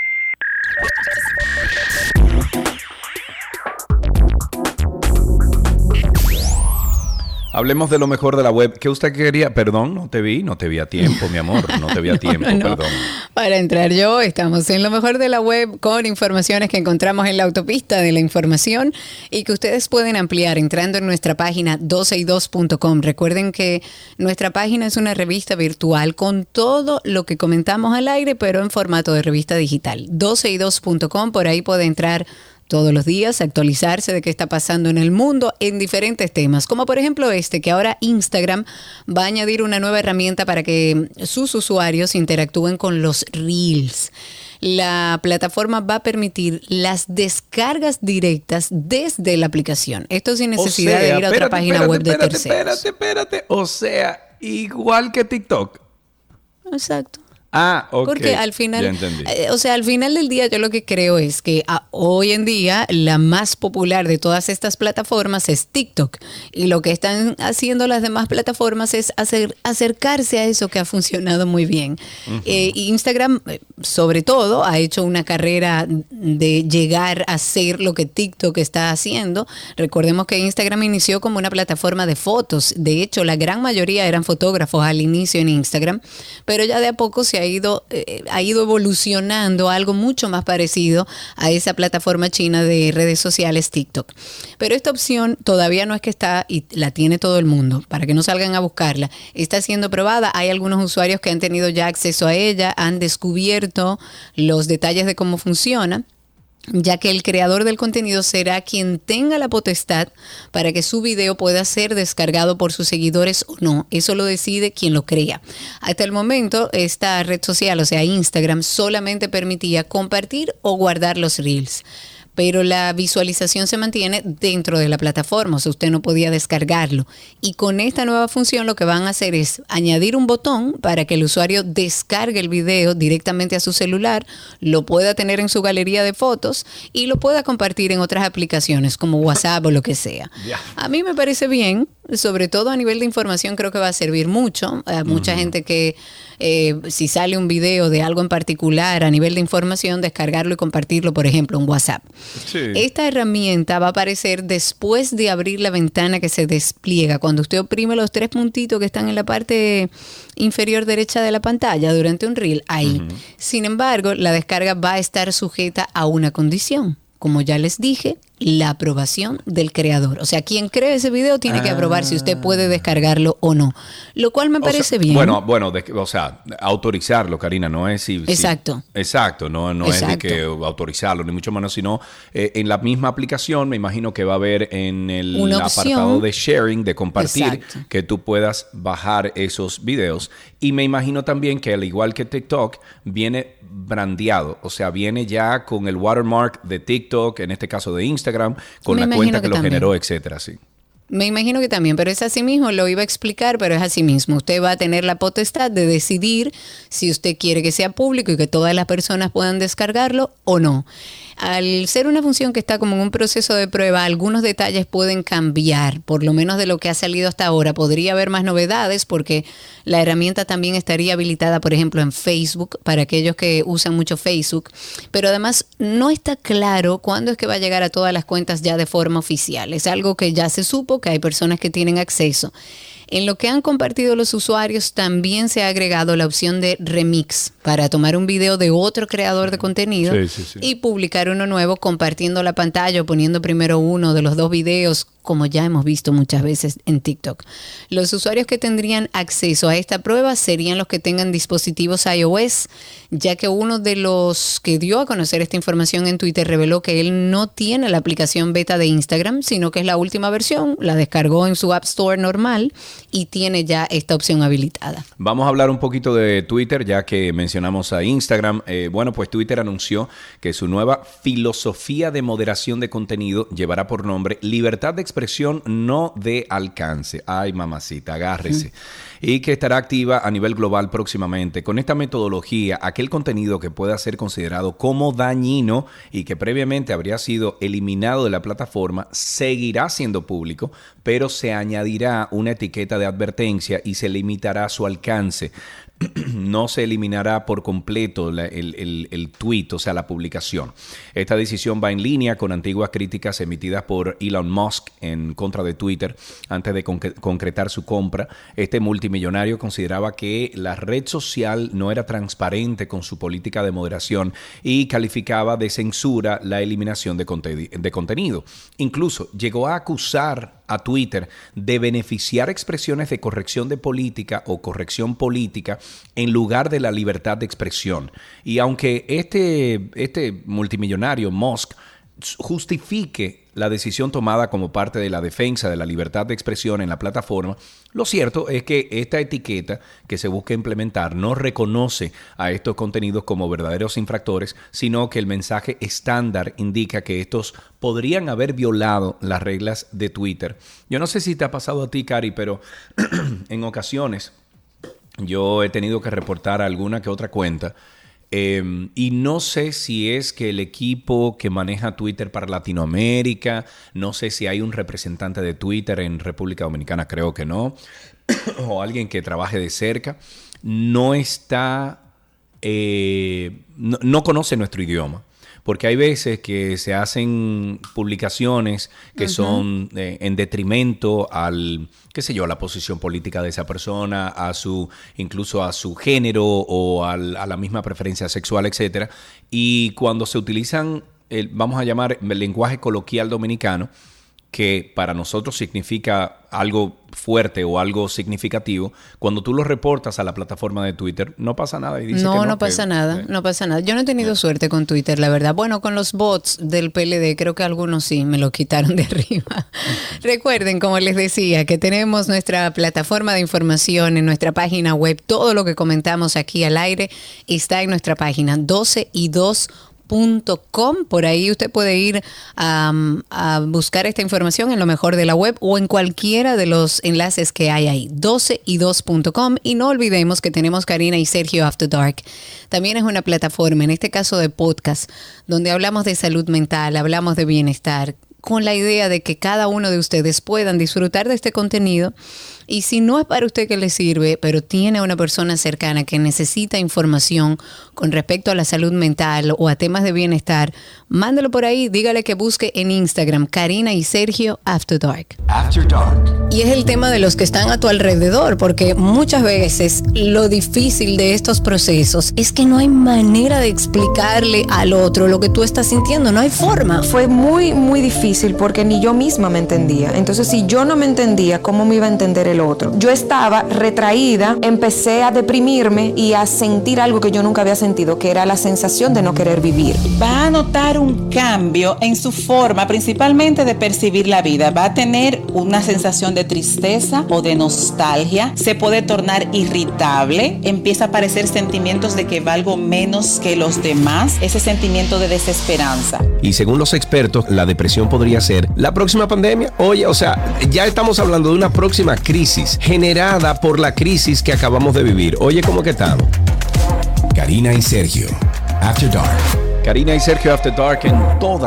Hablemos de lo mejor de la web. ¿Qué usted quería? Perdón, no te vi a tiempo, mi amor. No te vi a tiempo, No. perdón. Para entrar yo, estamos en lo mejor de la web con informaciones que encontramos en la autopista de la información y que ustedes pueden ampliar entrando en nuestra página 262.com. Recuerden que nuestra página es una revista virtual con todo lo que comentamos al aire, pero en formato de revista digital. 262.com, por ahí puede entrar todos los días, actualizarse de qué está pasando en el mundo en diferentes temas, como por ejemplo que ahora Instagram va a añadir una nueva herramienta para que sus usuarios interactúen con los Reels. La plataforma va a permitir las descargas directas desde la aplicación. Esto sin necesidad de ir a otra página web de terceros. Espérate. O sea, igual que TikTok. Exacto. Ah, ok. Porque al final, Ya entendí. al final del día yo lo que creo es que hoy en día la más popular de todas estas plataformas es TikTok y lo que están haciendo las demás plataformas es acercarse a eso que ha funcionado muy bien. Instagram, sobre todo, ha hecho una carrera de llegar a ser lo que TikTok está haciendo. Recordemos que Instagram inició como una plataforma de fotos. De hecho, la gran mayoría eran fotógrafos al inicio en Instagram, pero ya de a poco se ha ido evolucionando a algo mucho más parecido a esa plataforma china de redes sociales TikTok. Pero esta opción todavía no es que está y la tiene todo el mundo, para que no salgan a buscarla. Está siendo probada, hay algunos usuarios que han tenido ya acceso a ella, han descubierto los detalles de cómo funciona, ya que el creador del contenido será quien tenga la potestad para que su video pueda ser descargado por sus seguidores o no. Eso lo decide quien lo crea. Hasta el momento, esta red social, o sea, Instagram, solamente permitía compartir o guardar los Reels. Pero la visualización se mantiene dentro de la plataforma, o sea, usted no podía descargarlo. Y con esta nueva función lo que van a hacer es añadir un botón para que el usuario descargue el video directamente a su celular, lo pueda tener en su galería de fotos y lo pueda compartir en otras aplicaciones como WhatsApp o lo que sea. A mí me parece bien, sobre todo a nivel de información creo que va a servir mucho a mucha gente que si sale un video de algo en particular a nivel de información, descargarlo y compartirlo, por ejemplo, en WhatsApp. Sí. Esta herramienta va a aparecer después de abrir la ventana que se despliega. Cuando usted oprime los 3 puntitos que están en la parte inferior derecha de la pantalla durante un reel, ahí. Sin embargo, la descarga va a estar sujeta a una condición. Como ya les dije, la aprobación del creador. O sea, quien cree ese video tiene que aprobar si usted puede descargarlo o no. Lo cual me parece bien. Bueno, o sea, autorizarlo, Karina, no es si... Exacto. Exacto, no es de que autorizarlo, ni mucho menos, sino en la misma aplicación me imagino que va a haber en el apartado de sharing, de compartir, que tú puedas bajar esos videos. Y me imagino también que al igual que TikTok, viene brandeado, o sea, viene ya con el watermark de TikTok, en este caso de Instagram, con la cuenta que lo generó, etcétera, sí. Me imagino que también, pero es así mismo, lo iba a explicar, pero es así mismo. Usted va a tener la potestad de decidir si usted quiere que sea público y que todas las personas puedan descargarlo o no. Al ser una función que está como en un proceso de prueba, algunos detalles pueden cambiar, por lo menos de lo que ha salido hasta ahora. Podría haber más novedades porque la herramienta también estaría habilitada, por ejemplo, en Facebook, para aquellos que usan mucho Facebook. Pero además no está claro cuándo es que va a llegar a todas las cuentas ya de forma oficial. Es algo que ya se supo, que hay personas que tienen acceso. En lo que han compartido los usuarios también se ha agregado la opción de remix para tomar un video de otro creador de contenido y publicar uno nuevo compartiendo la pantalla o poniendo primero uno de los dos videos como ya hemos visto muchas veces en TikTok. Los usuarios que tendrían acceso a esta prueba serían los que tengan dispositivos iOS, ya que uno de los que dio a conocer esta información en Twitter reveló que él no tiene la aplicación beta de Instagram, sino que es la última versión, la descargó en su App Store normal y tiene ya esta opción habilitada. Vamos a hablar un poquito de Twitter, ya que mencionamos a Instagram. Bueno, pues Twitter anunció que su nueva filosofía de moderación de contenido llevará por nombre Libertad de Expresión No de Alcance. Ay, mamacita, agárrese. Y que estará activa a nivel global próximamente. Con esta metodología, aquel contenido que pueda ser considerado como dañino y que previamente habría sido eliminado de la plataforma seguirá siendo público, pero se añadirá una etiqueta de advertencia y se limitará su alcance. No se eliminará por completo el tweet, o sea, la publicación. Esta decisión va en línea con antiguas críticas emitidas por Elon Musk en contra de Twitter antes de concretar su compra. Este multimillonario consideraba que la red social no era transparente con su política de moderación y calificaba de censura la eliminación de contenido. Incluso llegó a acusar a Twitter de beneficiar expresiones de corrección de política o corrección política en lugar de la libertad de expresión. Y aunque este multimillonario Musk justifique la decisión tomada como parte de la defensa de la libertad de expresión en la plataforma, lo cierto es que esta etiqueta que se busca implementar no reconoce a estos contenidos como verdaderos infractores, sino que el mensaje estándar indica que estos podrían haber violado las reglas de Twitter. Yo no sé si te ha pasado a ti, Cari, pero en ocasiones yo he tenido que reportar alguna que otra cuenta. Y no sé si es que el equipo que maneja Twitter para Latinoamérica, no sé si hay un representante de Twitter en República Dominicana, creo que no, o alguien que trabaje de cerca, no está, no conoce nuestro idioma. Porque hay veces que se hacen publicaciones que son en detrimento al, qué sé yo, a la posición política de esa persona, incluso a su género o a la misma preferencia sexual, etcétera. Y cuando se utilizan, vamos a llamar el lenguaje coloquial dominicano, que para nosotros significa algo fuerte o algo significativo, cuando tú lo reportas a la plataforma de Twitter, no pasa nada. Y dice no pasa nada. Yo no he tenido suerte con Twitter, la verdad. Bueno, con los bots del PLD, creo que algunos sí me lo quitaron de arriba. Recuerden, como les decía, que tenemos nuestra plataforma de información en nuestra página web. Todo lo que comentamos aquí al aire está en nuestra página 12y2.com. Por ahí usted puede ir a buscar esta información en lo mejor de la web o en cualquiera de los enlaces que hay ahí, 12y2.com. Y no olvidemos que tenemos Karina y Sergio After Dark. También es una plataforma, en este caso de podcast, donde hablamos de salud mental, hablamos de bienestar, con la idea de que cada uno de ustedes puedan disfrutar de este contenido. Y si no es para usted que le sirve, pero tiene a una persona cercana que necesita información con respecto a la salud mental o a temas de bienestar, mándelo por ahí, dígale que busque en Instagram Karina y Sergio After Dark. After Dark. Y es el tema de los que están a tu alrededor, porque muchas veces lo difícil de estos procesos es que no hay manera de explicarle al otro lo que tú estás sintiendo, no hay forma. Fue muy, muy difícil porque ni yo misma me entendía. Entonces, si yo no me entendía, ¿cómo me iba a entender el otro? Yo estaba retraída, empecé a deprimirme y a sentir algo que yo nunca había sentido, que era la sensación de no querer vivir. Va a notar un cambio en su forma, principalmente de percibir la vida. Va a tener una sensación de tristeza o de nostalgia, se puede tornar irritable, empieza a aparecer sentimientos de que valgo menos que los demás, ese sentimiento de desesperanza. Y según los expertos, la depresión podría ser la próxima pandemia. Oye, o sea, ya estamos hablando de una próxima crisis generada por la crisis que acabamos de vivir. Oye, ¿cómo que estamos? Karina y Sergio, After Dark. Karina y Sergio After Dark en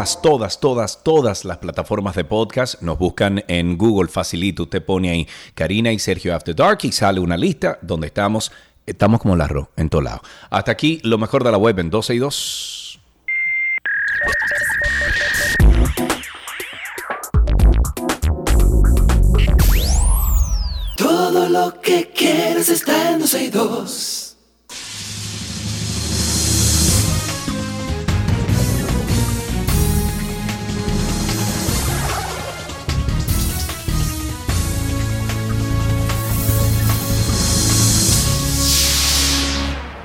todas las plataformas de podcast. Nos buscan en Google, facilito. Usted pone ahí Karina y Sergio After Dark y sale una lista donde estamos como el arroz, en todo lado. Hasta aquí lo mejor de la web en 12y2. Todo lo que quieres está en 12y2.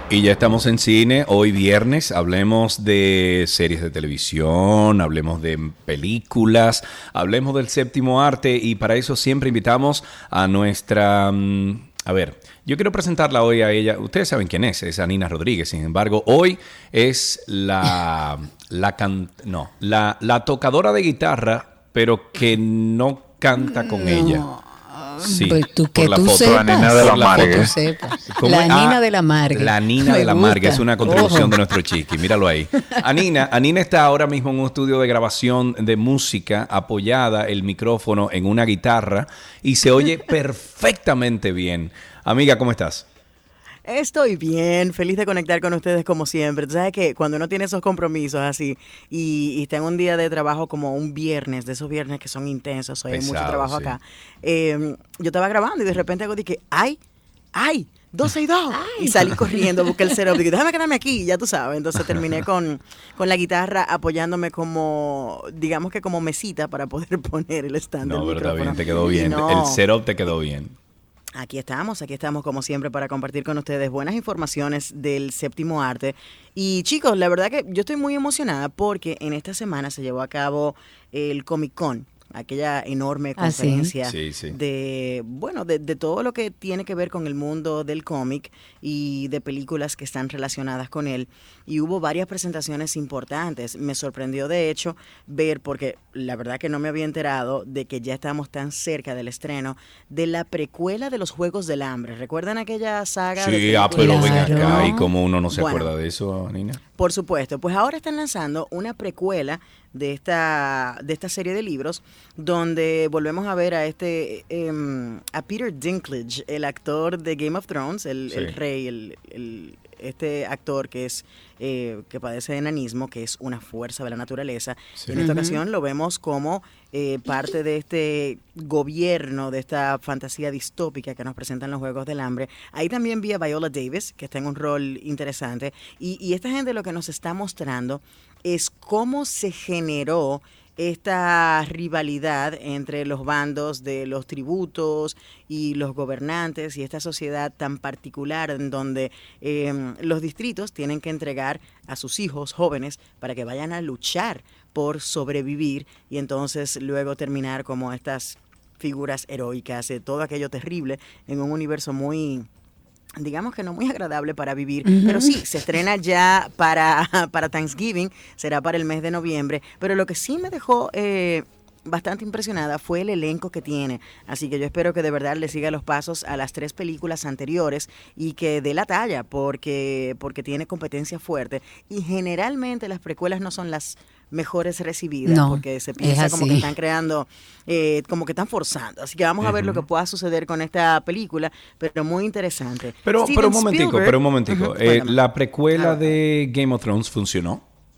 Y ya estamos en cine, hoy viernes, hablemos de series de televisión, hablemos de películas, hablemos del séptimo arte y para eso siempre invitamos a nuestra... A ver, yo quiero presentarla hoy a ella. Ustedes saben quién es Anina Rodríguez. Sin embargo, hoy es la tocadora de guitarra, pero que no canta con ella. Sí, pues tú, que por la tú foto. sepas, la Nina de la Margue. La Nina de la Margue. La Nina de la Margue es una contribución de nuestro chiqui, míralo ahí. Anina está ahora mismo en un estudio de grabación de música, apoyada el micrófono en una guitarra y se oye perfectamente bien. Amiga, ¿cómo estás? Estoy bien, feliz de conectar con ustedes como siempre. Tú sabes que cuando uno tiene esos compromisos así y está en un día de trabajo como un viernes, de esos viernes que son intensos, hay mucho trabajo sí. acá, yo estaba grabando y de repente hago de que, ¡ay! 12 y 2. Y salí corriendo, busqué el setup, dije, déjame quedarme aquí, ya tú sabes. Entonces terminé con la guitarra apoyándome como, digamos que como mesita para poder poner el stand del No, pero micrófono. está bien, te quedó bien. El setup te quedó bien. Aquí estamos como siempre para compartir con ustedes buenas informaciones del séptimo arte. Y chicos, la verdad que yo estoy muy emocionada porque en esta semana se llevó a cabo el Comic Con, aquella enorme conferencia de todo lo que tiene que ver con el mundo del cómic y de películas que están relacionadas con él. Y hubo varias presentaciones importantes. Me sorprendió, de hecho, ver, porque la verdad que no me había enterado de que ya estamos tan cerca del estreno de la precuela de los Juegos del Hambre. ¿Recuerdan aquella saga? Sí, pero ven acá, ¿y cómo uno no se acuerda de eso, Nina? Por supuesto, pues ahora están lanzando una precuela de esta serie de libros donde volvemos a ver a a Peter Dinklage, el actor de Game of Thrones, el rey, este actor que es que padece de enanismo, que es una fuerza de la naturaleza. Sí. En esta ocasión lo vemos como parte de este gobierno, de esta fantasía distópica que nos presentan los Juegos del Hambre. Ahí también vi a Viola Davis, que está en un rol interesante. Y esta gente lo que nos está mostrando es cómo se generó esta rivalidad entre los bandos de los tributos y los gobernantes y esta sociedad tan particular en donde los distritos tienen que entregar a sus hijos jóvenes para que vayan a luchar por sobrevivir y entonces luego terminar como estas figuras heroicas, todo aquello terrible en un universo muy... digamos que no muy agradable para vivir, pero sí, se estrena ya para Thanksgiving, será para el mes de noviembre, pero lo que sí me dejó bastante impresionada fue el elenco que tiene, así que yo espero que de verdad le siga los pasos a las 3 películas anteriores y que dé la talla, porque tiene competencia fuerte y generalmente las precuelas no son las mejores recibidas, porque se piensa como que están creando, como que están forzando. Así que vamos a ver lo que pueda suceder con esta película, pero muy interesante. Pero un momentico. ¿La precuela de Game of Thrones funcionó?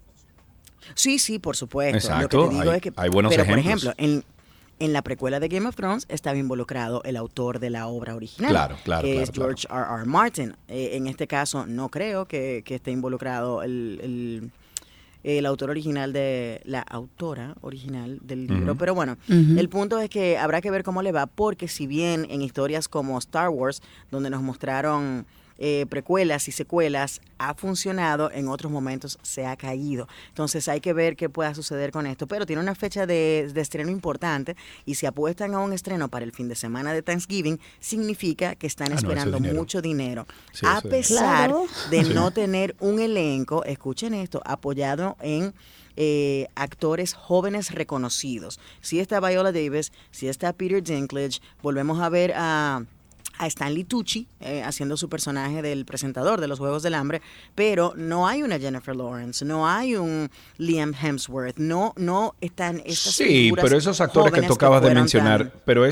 Sí, por supuesto. Exacto, lo que te digo es que, hay buenos ejemplos. Por ejemplo, en la precuela de Game of Thrones estaba involucrado el autor de la obra original, que es George R.R. Martin. En este caso no creo que esté involucrado el autor original la autora original del libro, pero bueno, el punto es que habrá que ver cómo le va, porque si bien en historias como Star Wars, donde nos mostraron precuelas y secuelas, ha funcionado, en otros momentos se ha caído. Entonces hay que ver qué pueda suceder con esto, pero tiene una fecha de estreno importante y si apuestan a un estreno para el fin de semana de Thanksgiving, significa que están esperando mucho dinero. Sí, a pesar de no tener un elenco, escuchen esto, apoyado en actores jóvenes reconocidos. Si está Viola Davis, si está Peter Dinklage, volvemos a ver a Stanley Tucci haciendo su personaje del presentador de los Juegos del Hambre, pero no hay una Jennifer Lawrence, no hay un Liam Hemsworth, no están estas figuras. Sí, pero esos actores que tú acabas de mencionar,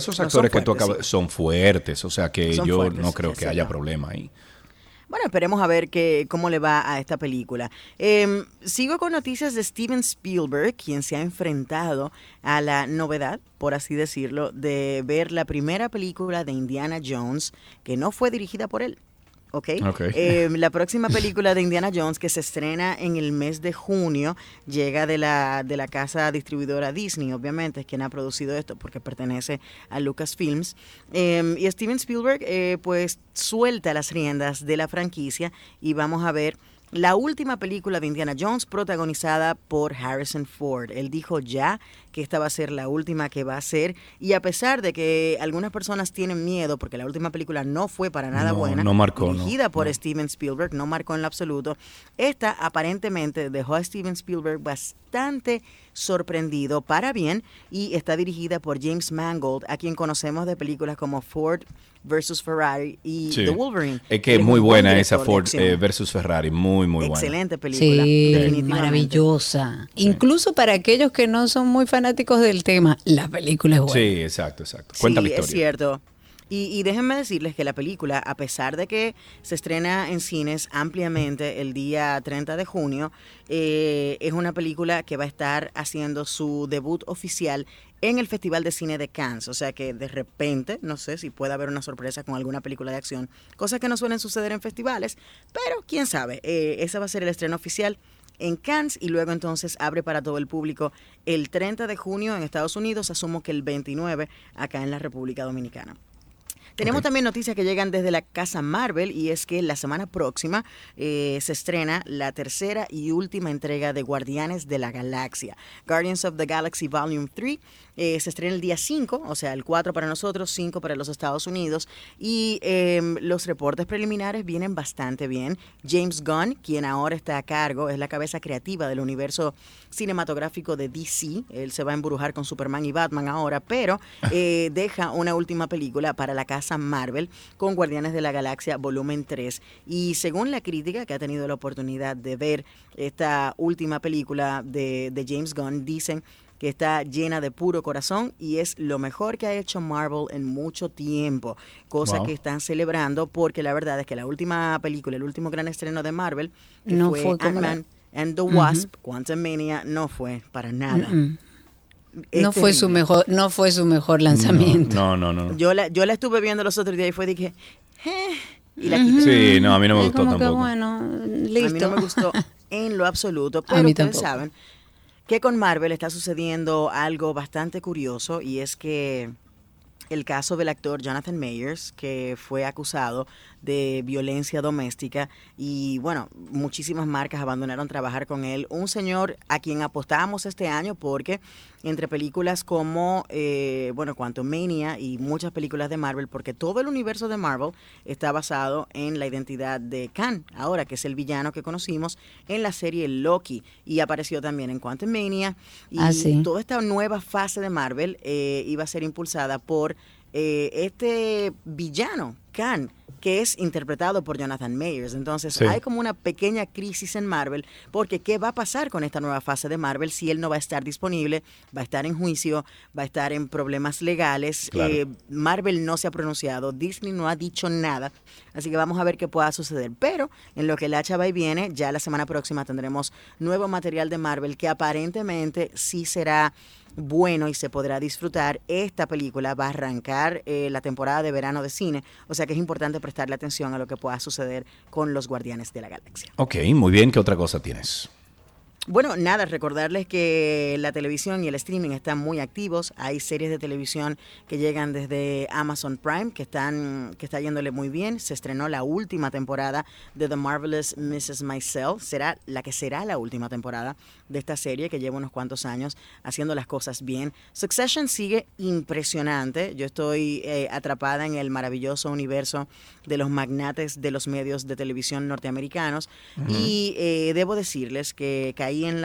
son fuertes, o sea que yo fuertes, no creo que haya problema ahí. Bueno, esperemos a ver cómo le va a esta película. Sigo con noticias de Steven Spielberg, quien se ha enfrentado a la novedad, por así decirlo, de ver la primera película de Indiana Jones, que no fue dirigida por él. ¿ok? Okay. La próxima película de Indiana Jones, que se estrena en el mes de junio, llega de la casa distribuidora Disney, obviamente, es quien ha producido esto porque pertenece a Lucasfilms. Y Steven Spielberg, pues, suelta las riendas de la franquicia y vamos a ver la última película de Indiana Jones protagonizada por Harrison Ford. Él dijo ya que esta va a ser la última que va a hacer, y a pesar de que algunas personas tienen miedo porque la última película no fue para nada buena, no marcó, dirigida por Steven Spielberg, no marcó en lo absoluto, esta aparentemente dejó a Steven Spielberg bastante sorprendido para bien, y está dirigida por James Mangold, a quien conocemos de películas como Ford versus Ferrari y Sí. The Wolverine. Es que es Él muy un buena buen esa director de Ford acción. versus Ferrari, muy buena. Excelente película, Sí, definitivamente. maravillosa. Incluso para aquellos que no son muy fanáticos del tema, la película es buena. Sí, exacto. Cuenta la Sí, historia. es cierto. Y déjenme decirles que la película, a pesar de que se estrena en cines ampliamente el día 30 de junio, es una película que va a estar haciendo su debut oficial en el Festival de Cine de Cannes. O sea que de repente, no sé si puede haber una sorpresa con alguna película de acción, cosas que no suelen suceder en festivales, pero quién sabe, ese va a ser el estreno oficial en Cannes, y luego entonces abre para todo el público el 30 de junio en Estados Unidos, asumo que el 29 acá en la República Dominicana. Tenemos también noticias que llegan desde la casa Marvel, y es que la semana próxima se estrena la tercera y última entrega de Guardianes de la Galaxia. Guardians of the Galaxy Volume 3 se estrena el día 5, o sea, el 4 para nosotros, 5 para los Estados Unidos, y los reportes preliminares vienen bastante bien. James Gunn, quien ahora está a cargo, es la cabeza creativa del universo cinematográfico de DC. Él se va a embrujar con Superman y Batman ahora, pero deja una última película para la casa Marvel con Guardianes de la Galaxia Volumen 3. Y según la crítica que ha tenido la oportunidad de ver esta última película de James Gunn, dicen que está llena de puro corazón y es lo mejor que ha hecho Marvel en mucho tiempo, cosa que están celebrando, porque la verdad es que la última película, el último gran estreno de Marvel, que No fue fue como Ant-Man and the Wasp, Quantumania, no fue para nada. No fue su mejor lanzamiento. No. Yo la estuve viendo los otros días y fue dije, y la quité. Sí, no, a mí no me Es gustó como tampoco. que bueno, listo. A mí no me gustó en lo absoluto, A pero mí ustedes tampoco. saben que con Marvel está sucediendo algo bastante curioso, y es que el caso del actor Jonathan Majors, que fue acusado de violencia doméstica, y bueno, muchísimas marcas abandonaron trabajar con él. Un señor a quien apostábamos este año porque entre películas como, Quantumania y muchas películas de Marvel, porque todo el universo de Marvel está basado en la identidad de Khan, ahora que es el villano que conocimos en la serie Loki, y apareció también en Quantumania, y sí. toda esta nueva fase de Marvel iba a ser impulsada por este villano, Khan, que es interpretado por Jonathan Majors. Entonces hay como una pequeña crisis en Marvel, porque ¿qué va a pasar con esta nueva fase de Marvel si él no va a estar disponible? Va a estar en juicio, va a estar en problemas legales. Claro. Marvel no se ha pronunciado, Disney no ha dicho nada, así que vamos a ver qué pueda suceder. Pero en lo que la chava y viene, ya la semana próxima tendremos nuevo material de Marvel que aparentemente sí será bueno y se podrá disfrutar. Esta película va a arrancar la temporada de verano de cine, o sea que es importante prestarle atención a lo que pueda suceder con los Guardianes de la Galaxia. Ok, muy bien. ¿Qué otra cosa tienes? Bueno, nada, recordarles que la televisión y el streaming están muy activos. Hay series de televisión que llegan desde Amazon Prime que está yéndole muy bien. Se estrenó la última temporada de The Marvelous Mrs. Maisel. Será la última temporada de esta serie que lleva unos cuantos años haciendo las cosas bien. Succession sigue impresionante. Yo estoy atrapada en el maravilloso universo de los magnates de los medios de televisión norteamericanos. Y debo decirles que caí en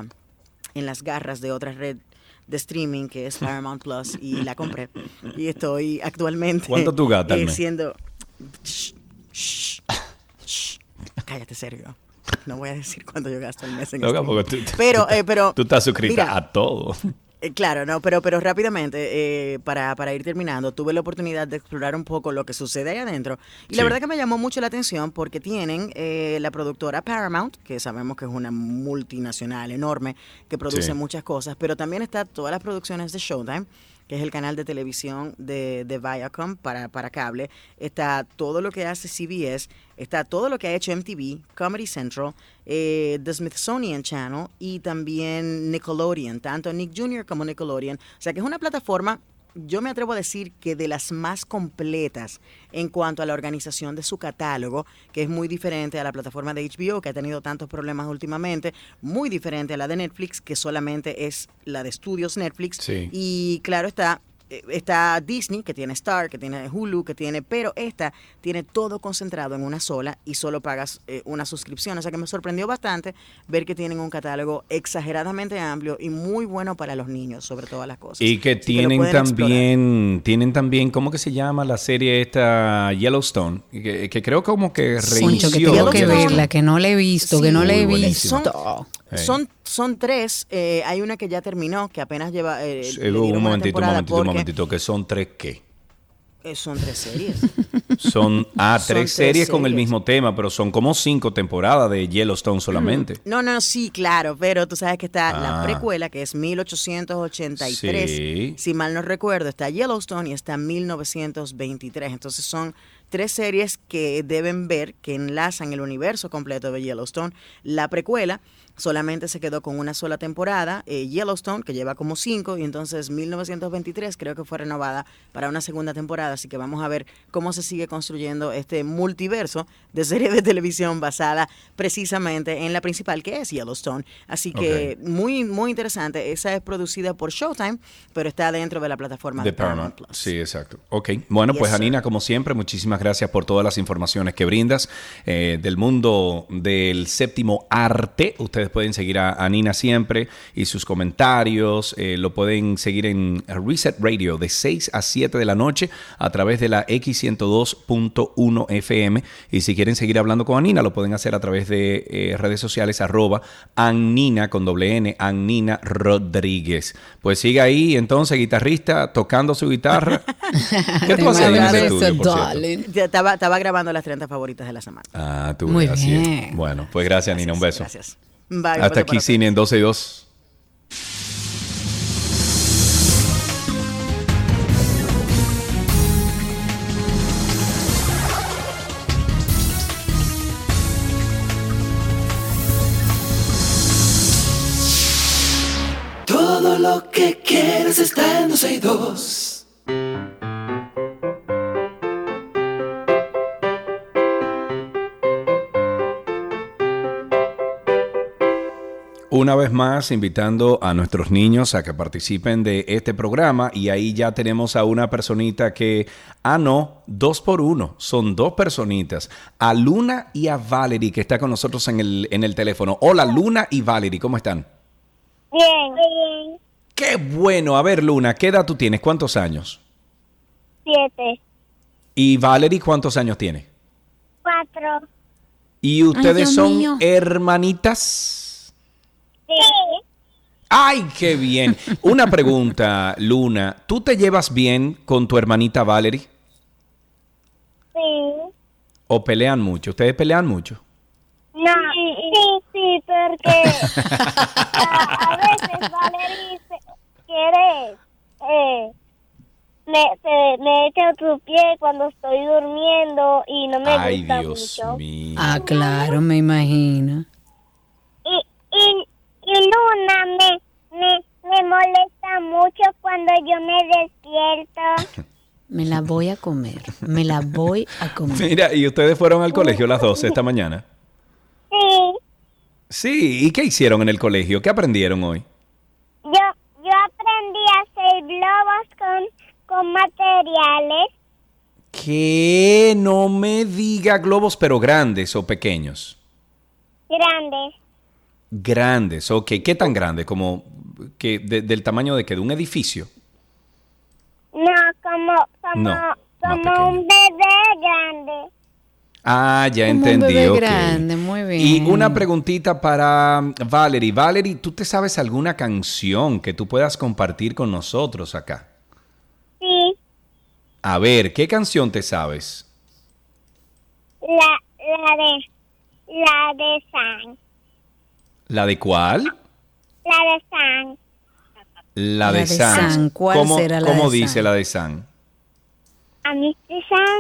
las garras de otra red de streaming que es Paramount Plus, y la compré, y estoy actualmente ¿Cuánto tú gastas al mes? siendo cállate, Sergio, no voy a decir cuánto yo gasto al mes en Loca, streaming. porque pero tú estás suscrita mira, a todo. Claro, no, pero rápidamente, para ir terminando, tuve la oportunidad de explorar un poco lo que sucede ahí adentro. Y la verdad que me llamó mucho la atención porque tienen la productora Paramount, que sabemos que es una multinacional enorme que produce muchas cosas, pero también está todas las producciones de Showtime, que es el canal de televisión de Viacom para cable. Está todo lo que hace CBS, está todo lo que ha hecho MTV, Comedy Central, The Smithsonian Channel y también Nickelodeon, tanto Nick Jr. como Nickelodeon. O sea que es una plataforma, yo me atrevo a decir que de las más completas en cuanto a la organización de su catálogo, que es muy diferente a la plataforma de HBO, que ha tenido tantos problemas últimamente, muy diferente a la de Netflix, que solamente es la de estudios Netflix. Sí. Y claro está Disney, que tiene Star, que tiene Hulu, pero esta tiene todo concentrado en una sola y solo pagas una suscripción. O sea que me sorprendió bastante ver que tienen un catálogo exageradamente amplio y muy bueno para los niños, sobre todas las cosas. Y que tienen también, ¿cómo que se llama la serie esta Yellowstone? Que creo como que reinició. Que tengo que verla, que no la he visto, que no la he visto. Son tres. Hay una que ya terminó, que apenas lleva. Un momentito, que son tres ¿qué? Son 3 series. Son tres series con el mismo tema, pero son como 5 temporadas de Yellowstone solamente. No, sí, claro, pero tú sabes que está la precuela, que es 1883. Sí. Si mal no recuerdo, está Yellowstone y está 1923. Entonces son 3 series que deben ver, que enlazan el universo completo de Yellowstone. La precuela solamente se quedó con una sola temporada, Yellowstone, que lleva como 5, y entonces 1923 creo que fue renovada para una segunda temporada, así que vamos a ver cómo se sigue construyendo este multiverso de series de televisión basada precisamente en la principal, que es Yellowstone. Así que muy, muy interesante. Esa es producida por Showtime, pero está dentro de la plataforma de Paramount Plus. Sí, exacto. Ok, bueno, pues Anina, como siempre, muchísimas gracias por todas las informaciones que brindas del mundo del séptimo arte. Ustedes pueden seguir a Nina siempre y sus comentarios lo pueden seguir en Reset Radio de 6 a 7 de la noche a través de la X102.1 FM, y si quieren seguir hablando con Anina lo pueden hacer a través de redes sociales @Annina con doble N, Annina Rodríguez. Pues siga ahí entonces, guitarrista, tocando su guitarra. ¿Qué tú haces en ese estudio, por cierto? Estaba grabando las 30 favoritas de la semana. Tú muy ves, bien. Así es. Bueno, pues gracias, Nina, un beso. Gracias. Bye, hasta aquí Cine en 12 y 2. Todo lo que quieres está en 12 y 2. Una vez más, invitando a nuestros niños a que participen de este programa, y ahí ya tenemos a una personita que, 2 por 1, son 2 personitas, a Luna y a Valerie, que está con nosotros en el teléfono. Hola, Luna y Valerie, ¿cómo están? Bien. ¡Qué bueno! A ver, Luna, ¿qué edad tú tienes? ¿Cuántos años? 7. ¿Y Valerie cuántos años tiene? 4. ¿Y ustedes Dios son mío. hermanitas? Sí. ¡Ay, qué bien! Una pregunta, Luna. ¿Tú te llevas bien con tu hermanita Valerie? Sí. ¿O pelean mucho? ¿Ustedes pelean mucho? No, sí, porque a veces Valerie quiere, me echa otro pie cuando estoy durmiendo y no me Ay, gusta Dios mucho. mío. Claro, me imagino. Y Luna me molesta mucho cuando yo me despierto. Me la voy a comer. Mira, ¿y ustedes fueron al colegio las 12 esta mañana? Sí, Sí, ¿y qué hicieron en el colegio? ¿Qué aprendieron hoy? yo aprendí a hacer globos con materiales. ¿Qué? No me diga globos, pero grandes o pequeños. Grandes. Grandes, ok. ¿Qué tan grande? Como que del tamaño de qué, de un edificio. No, como un bebé grande. Ah, ya Como entendí. un bebé Ok. grande, muy bien. Y una preguntita para Valerie. Valerie, ¿tú te sabes alguna canción que tú puedas compartir con nosotros acá? Sí, A ver, ¿qué canción te sabes? la de San. ¿La de cuál? La de San. La de San. ¿Cuál será la ¿Cómo de dice San? la de San? A Mr. San,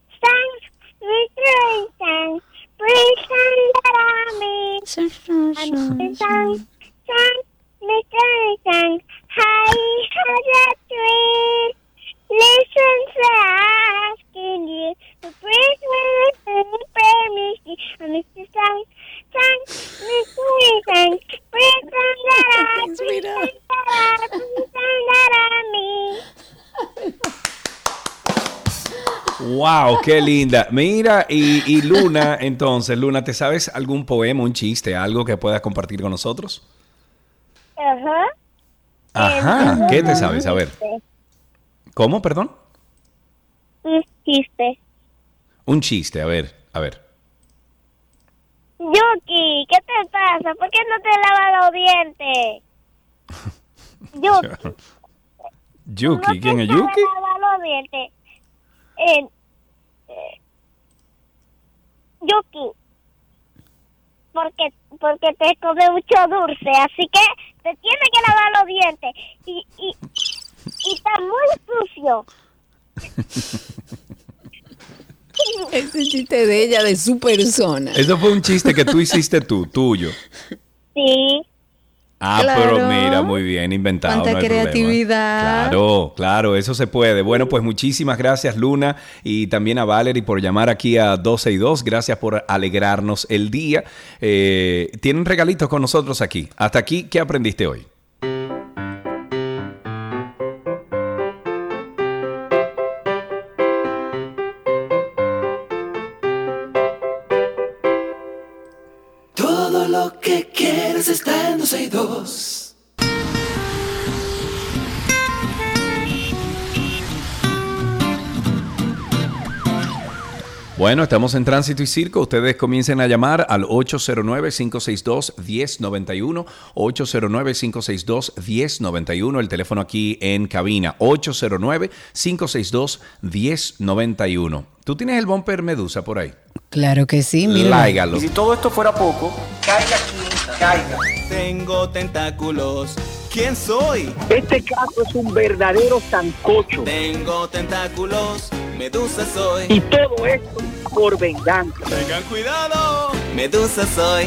Mr. San, please stand me. A Mr. San, Mr. San, I have a dream. Listen to asking you to please permit me. A Mr. San, Mr. San, please stand me. ¡Wow! ¡Qué linda! Mira, y Luna, entonces, Luna, ¿te sabes algún poema, un chiste, algo que puedas compartir con nosotros? Ajá. Ajá, ¿qué te sabes? A ver. ¿Cómo, perdón? Un chiste. Un chiste, a ver. Yuki, ¿qué te pasa? ¿Por qué no te lavas los dientes? Yuki, ¿quién es Yuki? No te lavas los dientes. Yuki, porque te come mucho dulce, así que te tienes que lavar los dientes y está muy sucio. Ese chiste de ella, de su persona. Eso fue un chiste que tú hiciste tuyo. Sí. Ah, Claro. pero mira, muy bien inventado. Cuánta no hay creatividad. problema. Claro, eso se puede. Bueno, pues muchísimas gracias, Luna, y también a Valerie por llamar aquí a 12 y 2. Gracias por alegrarnos el día. Tienen regalitos con nosotros aquí. Hasta aquí, ¿qué aprendiste hoy? Todo lo que quieres está en 12 y 2. Bueno, estamos en Tránsito y Circo. Ustedes comiencen a llamar al 809-562-1091, 809-562-1091, el teléfono aquí en cabina, 809-562-1091. ¿Tú tienes el bumper Medusa por ahí? Claro que sí, mira. Láigalo. Y si todo esto fuera poco, caiga quien caiga. Tengo tentáculos. ¿Quién soy? Este caso es un verdadero sancocho. Tengo tentáculos. Medusa soy. Y todo esto por venganza. Tengan cuidado. Medusa soy.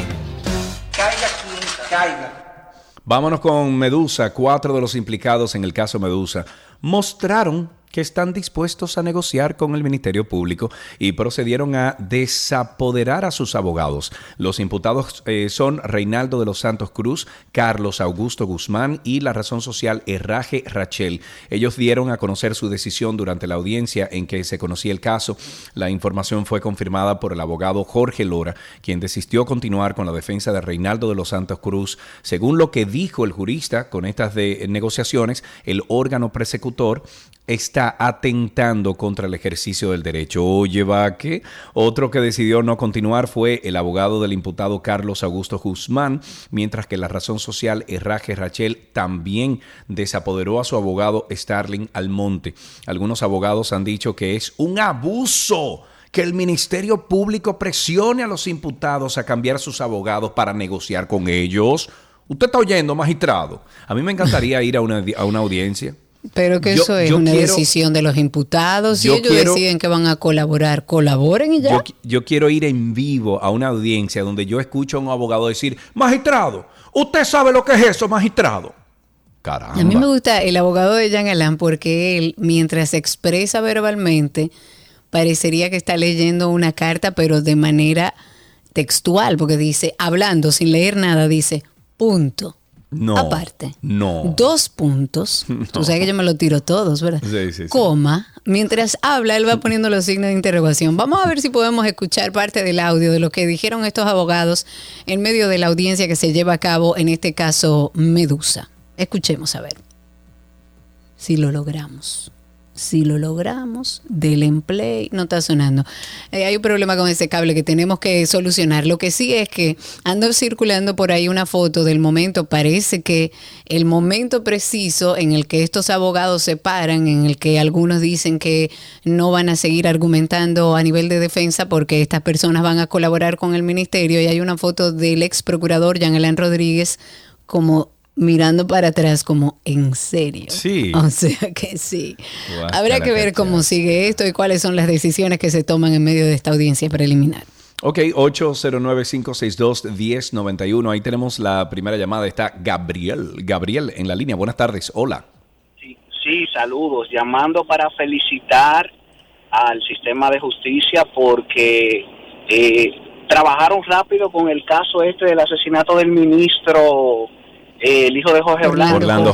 Caiga quien caiga. Vámonos con Medusa. 4 de los implicados en el caso Medusa mostraron que están dispuestos a negociar con el Ministerio Público y procedieron a desapoderar a sus abogados. Los imputados son Reinaldo de los Santos Cruz, Carlos Augusto Guzmán y la razón social Herraje Rachel. Ellos dieron a conocer su decisión durante la audiencia en que se conocía el caso. La información fue confirmada por el abogado Jorge Lora, quien desistió continuar con la defensa de Reinaldo de los Santos Cruz. Según lo que dijo el jurista, con estas negociaciones, el órgano persecutor está atentando contra el ejercicio del derecho. Oye, va que otro que decidió no continuar fue el abogado del imputado Carlos Augusto Guzmán, mientras que la razón social Herraje Rachel también desapoderó a su abogado Starling Almonte. Algunos abogados han dicho que es un abuso que el Ministerio Público presione a los imputados a cambiar sus abogados para negociar con ellos. ¿Usted está oyendo, magistrado? A mí me encantaría ir a una audiencia. Pero que eso es una decisión de los imputados. Si ellos deciden que van a colaborar, colaboren y ya. Yo quiero ir en vivo a una audiencia donde yo escucho a un abogado decir: magistrado, ¿usted sabe lo que es eso, magistrado? Caramba. A mí me gusta el abogado de Jean Alain porque él, mientras se expresa verbalmente, parecería que está leyendo una carta, pero de manera textual, porque dice, hablando sin leer nada, dice, punto. No. Aparte. No. 2 puntos. No. Tú sabes que yo me lo tiro todos, ¿verdad? Sí. Coma. Mientras habla, él va poniendo los signos de interrogación. Vamos a ver si podemos escuchar parte del audio de lo que dijeron estos abogados en medio de la audiencia que se lleva a cabo, en este caso, Medusa. Escuchemos a ver si lo logramos. Si lo logramos, del empleo, no está sonando. Hay un problema con ese cable que tenemos que solucionar. Lo que sí es que ando circulando por ahí una foto del momento, parece que el momento preciso en el que estos abogados se paran, en el que algunos dicen que no van a seguir argumentando a nivel de defensa porque estas personas van a colaborar con el ministerio, y hay una foto del ex procurador Jean Alain Rodríguez como mirando para atrás como, ¿en serio? Sí. O sea que sí. Habrá que ver cómo sigue esto y cuáles son las decisiones que se toman en medio de esta audiencia preliminar. Ok, 809-562-1091. Ahí tenemos la primera llamada. Está Gabriel. Gabriel en la línea. Buenas tardes. Hola. Sí, saludos. Llamando para felicitar al sistema de justicia porque trabajaron rápido con el caso del asesinato del ministro, el hijo de Jorge Orlando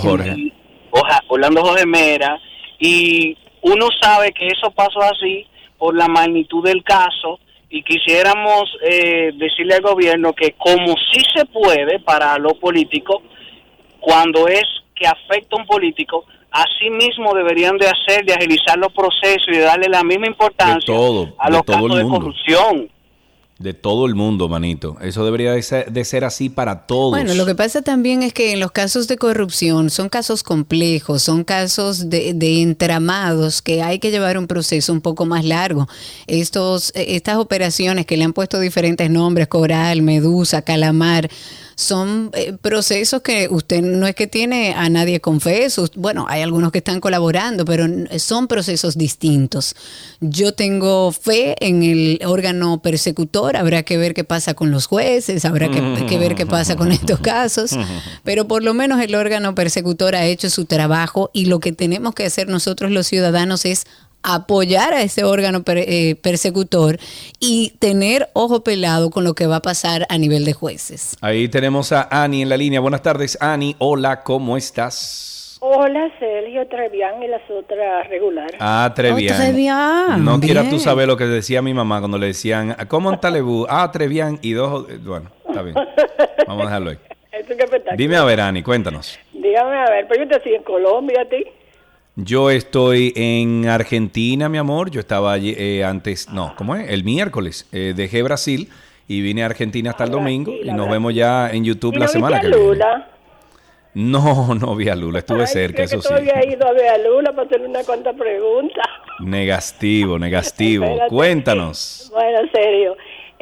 Jorge Mera, y uno sabe que eso pasó así por la magnitud del caso, y quisiéramos decirle al gobierno que como sí se puede para lo político, cuando es que afecta a un político, así mismo deberían de hacer, de agilizar los procesos y de darle la misma importancia a los casos de corrupción. De todo el mundo, manito. Eso debería de ser así para todos. Bueno, lo que pasa también es que en los casos de corrupción son casos complejos, son casos de entramados que hay que llevar un proceso un poco más largo. Estas operaciones que le han puesto diferentes nombres, Coral, Medusa, Calamar, son procesos que usted no es que tiene a nadie confeso. Bueno, hay algunos que están colaborando, pero son procesos distintos. Yo tengo fe en el órgano persecutor. Habrá que ver qué pasa con los jueces, habrá que ver qué pasa con estos casos, pero por lo menos el órgano persecutor ha hecho su trabajo y lo que tenemos que hacer nosotros los ciudadanos es apoyar a ese órgano persecutor y tener ojo pelado con lo que va a pasar a nivel de jueces. Ahí tenemos a Ani en la línea. Buenas tardes, Ani. Hola, ¿cómo estás? Hola, Sergio, Trevian y las otras regulares. Trevian. Trevian. No quieras tú saber lo que decía mi mamá cuando le decían, ¿cómo en Talebú? Trevian y dos... Bueno, está bien. Vamos a dejarlo ahí. Dime a ver, Ani, cuéntanos. Dígame a ver, pero yo te estoy en Colombia, ¿a ti? Yo estoy en Argentina, mi amor. Yo estaba allí antes, ¿cómo es? El miércoles. Dejé Brasil y vine a Argentina hasta el domingo y nos vemos ya en YouTube la semana que viene. Lula? No vi a Lula, estuve cerca, eso sí. Yo había ido a ver a Lula para hacerle una cuanta preguntas. Negativo. Cuéntanos. Bueno, en serio.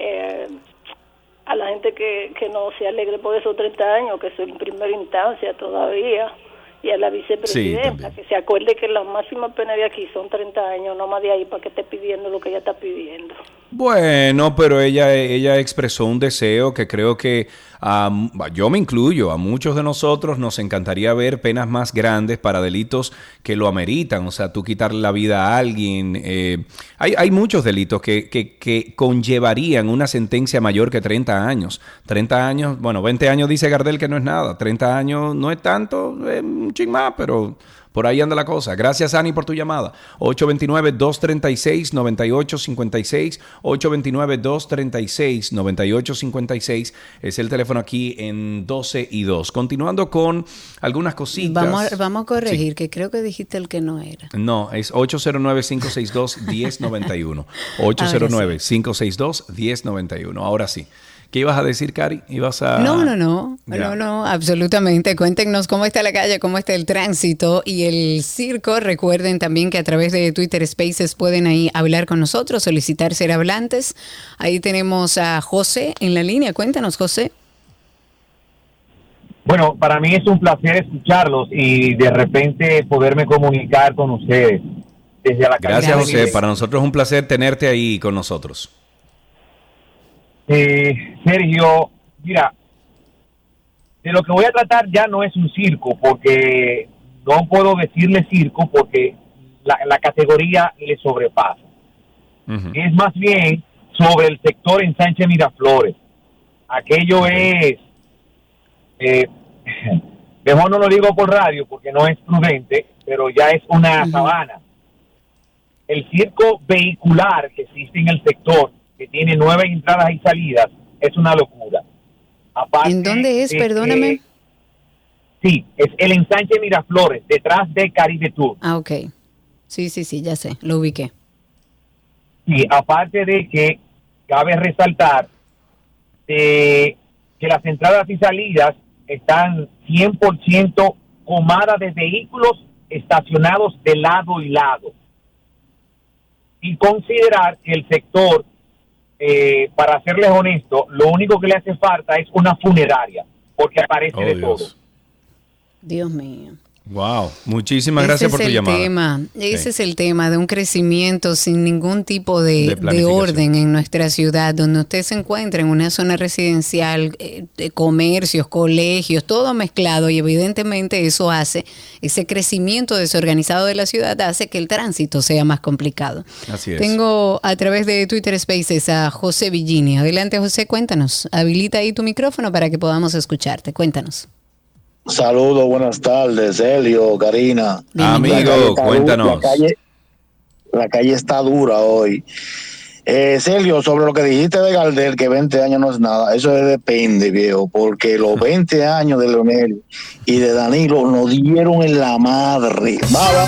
A la gente que no se alegre por esos 30 años, que es en primera instancia todavía. Y a la vicepresidenta, que se acuerde que la máxima pena de aquí son 30 años, no más de ahí para que esté pidiendo lo que ella está pidiendo. Bueno, pero ella expresó un deseo que creo que yo me incluyo, a muchos de nosotros nos encantaría ver penas más grandes para delitos que lo ameritan. O sea, tú quitarle la vida a alguien. Hay muchos delitos que conllevarían una sentencia mayor que 30 años. 30 años, bueno, 20 años dice Gardel que no es nada. 30 años no es tanto, un ching más, pero... Por ahí anda la cosa. Gracias, Ani, por tu llamada. 829-236-9856. 829-236-9856 es el teléfono aquí en 12 y 2. Continuando con algunas cositas. Vamos a corregir, que creo que dijiste el que no era. No, es 809-562-1091. 809-562-1091. Ahora sí. ¿Qué ibas a decir, Cari? ¿Ibas a...? No, absolutamente. Cuéntenos cómo está la calle, cómo está el tránsito y el circo. Recuerden también que a través de Twitter Spaces pueden ahí hablar con nosotros, solicitar ser hablantes. Ahí tenemos a José en la línea. Cuéntanos, José. Bueno, para mí es un placer escucharlos y de repente poderme comunicar con ustedes desde la calle. Gracias, José. Para nosotros es un placer tenerte ahí con nosotros. Sergio, mira, de lo que voy a tratar ya no es un circo, porque no puedo decirle circo porque la categoría le sobrepasa. Es más bien sobre el sector en Sánchez Miraflores. Aquello es, mejor no lo digo por radio porque no es prudente, pero ya es una sabana. El circo vehicular que existe en el sector, que tiene 9 entradas y salidas, es una locura. Aparte, ¿en dónde es? Perdóname. Sí, es el ensanche Miraflores, detrás de Caribe Tour. Ok. Sí, ya sé, lo ubiqué. Sí, aparte de que cabe resaltar que las entradas y salidas están 100% comadas de vehículos estacionados de lado y lado. Y considerar que el sector, para serles honesto, lo único que le hace falta es una funeraria, porque aparece de todo. Dios mío. Wow, muchísimas gracias por tu llamada. Ese es el tema de un crecimiento sin ningún tipo de orden en nuestra ciudad, donde usted se encuentra en una zona residencial, de comercios, colegios, todo mezclado, y evidentemente eso hace, ese crecimiento desorganizado de la ciudad hace que el tránsito sea más complicado. Así es. Tengo a través de Twitter Spaces a José Villini. Adelante, José, cuéntanos. Habilita ahí tu micrófono para que podamos escucharte. Cuéntanos. Saludos, buenas tardes, Helio, Karina. Amigo, cuéntanos. La calle está dura hoy. Sergio, sobre lo que dijiste de Gardel, que 20 años no es nada, eso depende, viejo, porque los 20 años de Leonel y de Danilo nos dieron en la madre. Baba.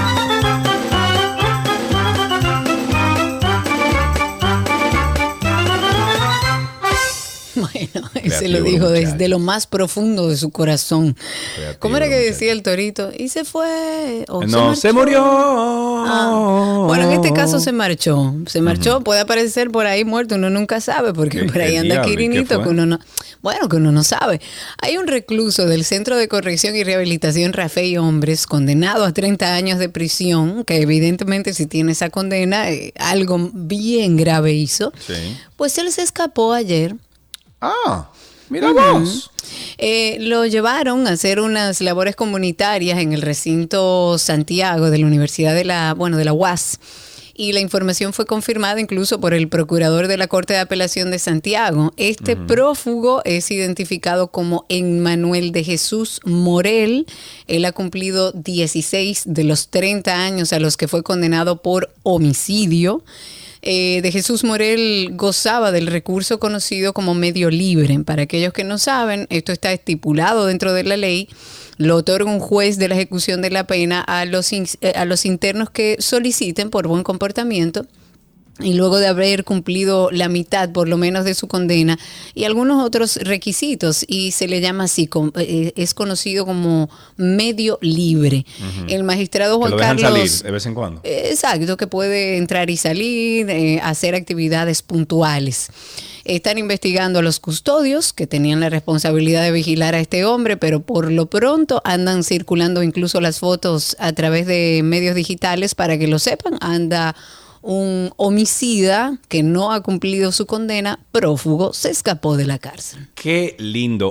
Bueno, se lo dijo desde lo más profundo de su corazón. Creativo, ¿cómo era que decía el torito? Y se fue. Se murió. Bueno, en este caso se marchó. Se marchó, puede aparecer por ahí muerto, uno nunca sabe, porque por ahí anda Quirinito, que uno no. Bueno, que uno no sabe. Hay un recluso del Centro de Corrección y Rehabilitación Rafael Hombres, condenado a 30 años de prisión, que evidentemente si tiene esa condena, algo bien grave hizo. Sí. Pues él se escapó ayer. Mira vos. Lo llevaron a hacer unas labores comunitarias en el recinto Santiago de la Universidad de la UAS. Y la información fue confirmada incluso por el procurador de la Corte de Apelación de Santiago. Este prófugo es identificado como Emmanuel de Jesús Morel. Él ha cumplido 16 de los 30 años a los que fue condenado por homicidio. De Jesús Morel gozaba del recurso conocido como medio libre. Para aquellos que no saben, esto está estipulado dentro de la ley. Lo otorga un juez de la ejecución de la pena a los internos que soliciten por buen comportamiento y luego de haber cumplido la mitad por lo menos de su condena y algunos otros requisitos, y se le llama así, es conocido como medio libre. El magistrado Juan Carlos, salir de vez en cuando. Exacto, que puede entrar y salir, hacer actividades puntuales. Están investigando a los custodios que tenían la responsabilidad de vigilar a este hombre, pero por lo pronto andan circulando incluso las fotos a través de medios digitales para que lo sepan. Anda un homicida que no ha cumplido su condena, prófugo, se escapó de la cárcel. Qué lindo.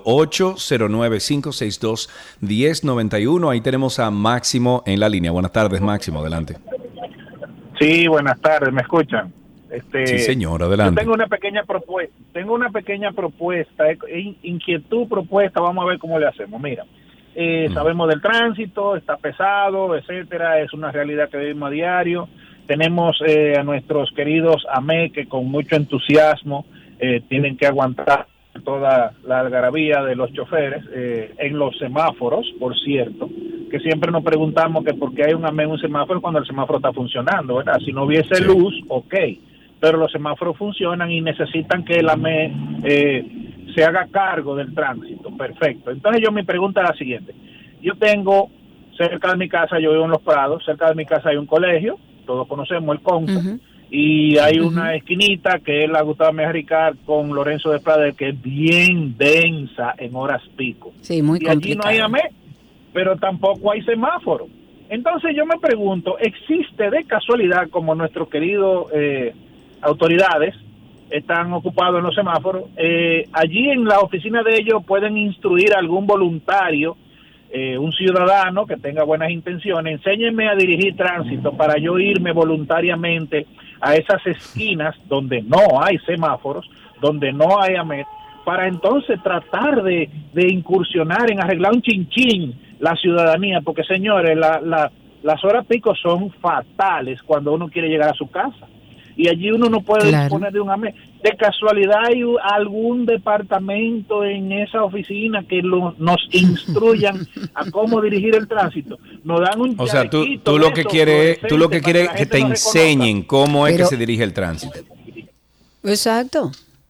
809-562-1091. Ahí tenemos a Máximo en la línea. Buenas tardes, Máximo. Adelante. Sí, buenas tardes. ¿Me escuchan? Sí, señor. Adelante. Yo tengo una pequeña propuesta. Inquietud, propuesta. Vamos a ver cómo le hacemos. Mira, sabemos del tránsito, está pesado, etcétera. Es una realidad que vivimos a diario. Tenemos a nuestros queridos AME que con mucho entusiasmo tienen que aguantar toda la algarabía de los choferes en los semáforos, por cierto, que siempre nos preguntamos que por qué hay un AME en un semáforo cuando el semáforo está funcionando, ¿verdad? Si no hubiese luz, ok, pero los semáforos funcionan y necesitan que el AME se haga cargo del tránsito, perfecto. Entonces mi pregunta es la siguiente: yo tengo cerca de mi casa, yo vivo en Los Prados, cerca de mi casa hay un colegio, todos conocemos el Conca, y hay una esquinita que es la Gustavo Mejía Ricard con Lorenzo de Prada, que es bien densa en horas pico. Sí, muy y complicado. Allí no hay AME, pero tampoco hay semáforo. Entonces yo me pregunto, ¿existe de casualidad, como nuestros queridos autoridades están ocupados en los semáforos, allí en la oficina de ellos pueden instruir a algún voluntario, un ciudadano que tenga buenas intenciones, enséñenme a dirigir tránsito para yo irme voluntariamente a esas esquinas donde no hay semáforos, donde no hay AMET, para entonces tratar de incursionar en arreglar un chinchín la ciudadanía, porque señores, las horas pico son fatales cuando uno quiere llegar a su casa. Y allí uno no puede disponer de un AME. De casualidad hay algún departamento en esa oficina que nos instruyan a cómo dirigir el tránsito. Nos dan un o sea, tú lo que quieres es que te enseñen cómo es que se dirige el tránsito. Exacto.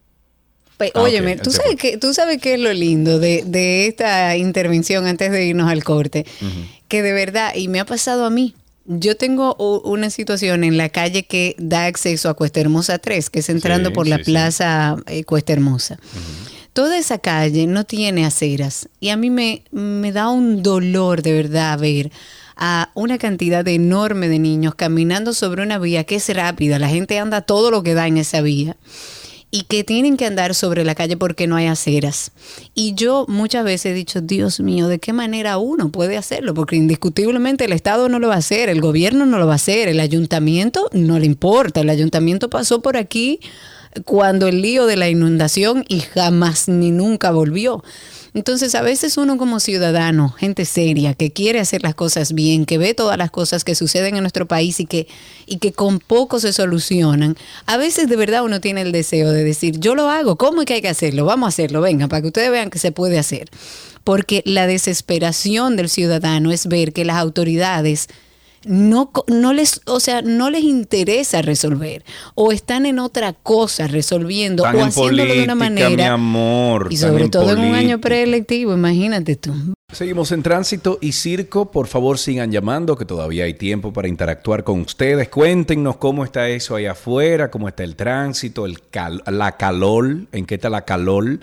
Óyeme, ¿tú sabes qué es lo lindo de esta intervención antes de irnos al corte? Que de verdad, y me ha pasado a mí, yo tengo una situación en la calle que da acceso a Cuesta Hermosa 3, que es entrando por la plaza Cuesta Hermosa. toda esa calle no tiene aceras y a mí me da un dolor de verdad ver a una cantidad enorme de niños caminando sobre una vía que es rápida, la gente anda todo lo que da en esa vía y que tienen que andar sobre la calle porque no hay aceras. Y yo muchas veces he dicho, Dios mío, ¿de qué manera uno puede hacerlo? Porque indiscutiblemente el Estado no lo va a hacer, el gobierno no lo va a hacer, el ayuntamiento no le importa. El ayuntamiento pasó por aquí cuando el lío de la inundación y jamás ni nunca volvió. Entonces, a veces uno como ciudadano, gente seria, que quiere hacer las cosas bien, que ve todas las cosas que suceden en nuestro país y que con poco se solucionan, a veces de verdad uno tiene el deseo de decir, yo lo hago, ¿cómo es que hay que hacerlo? Vamos a hacerlo, venga, para que ustedes vean que se puede hacer. Porque la desesperación del ciudadano es ver que las autoridades no les interesa resolver o están en otra cosa resolviendo están o haciéndolo política, de una manera, mi amor, y sobre todo en un año preelectivo, imagínate tú. Seguimos en Tránsito y Circo. Por favor, sigan llamando, que todavía hay tiempo para interactuar con ustedes. Cuéntenos cómo está eso allá afuera, cómo está el tránsito, la calor, en qué está la calor.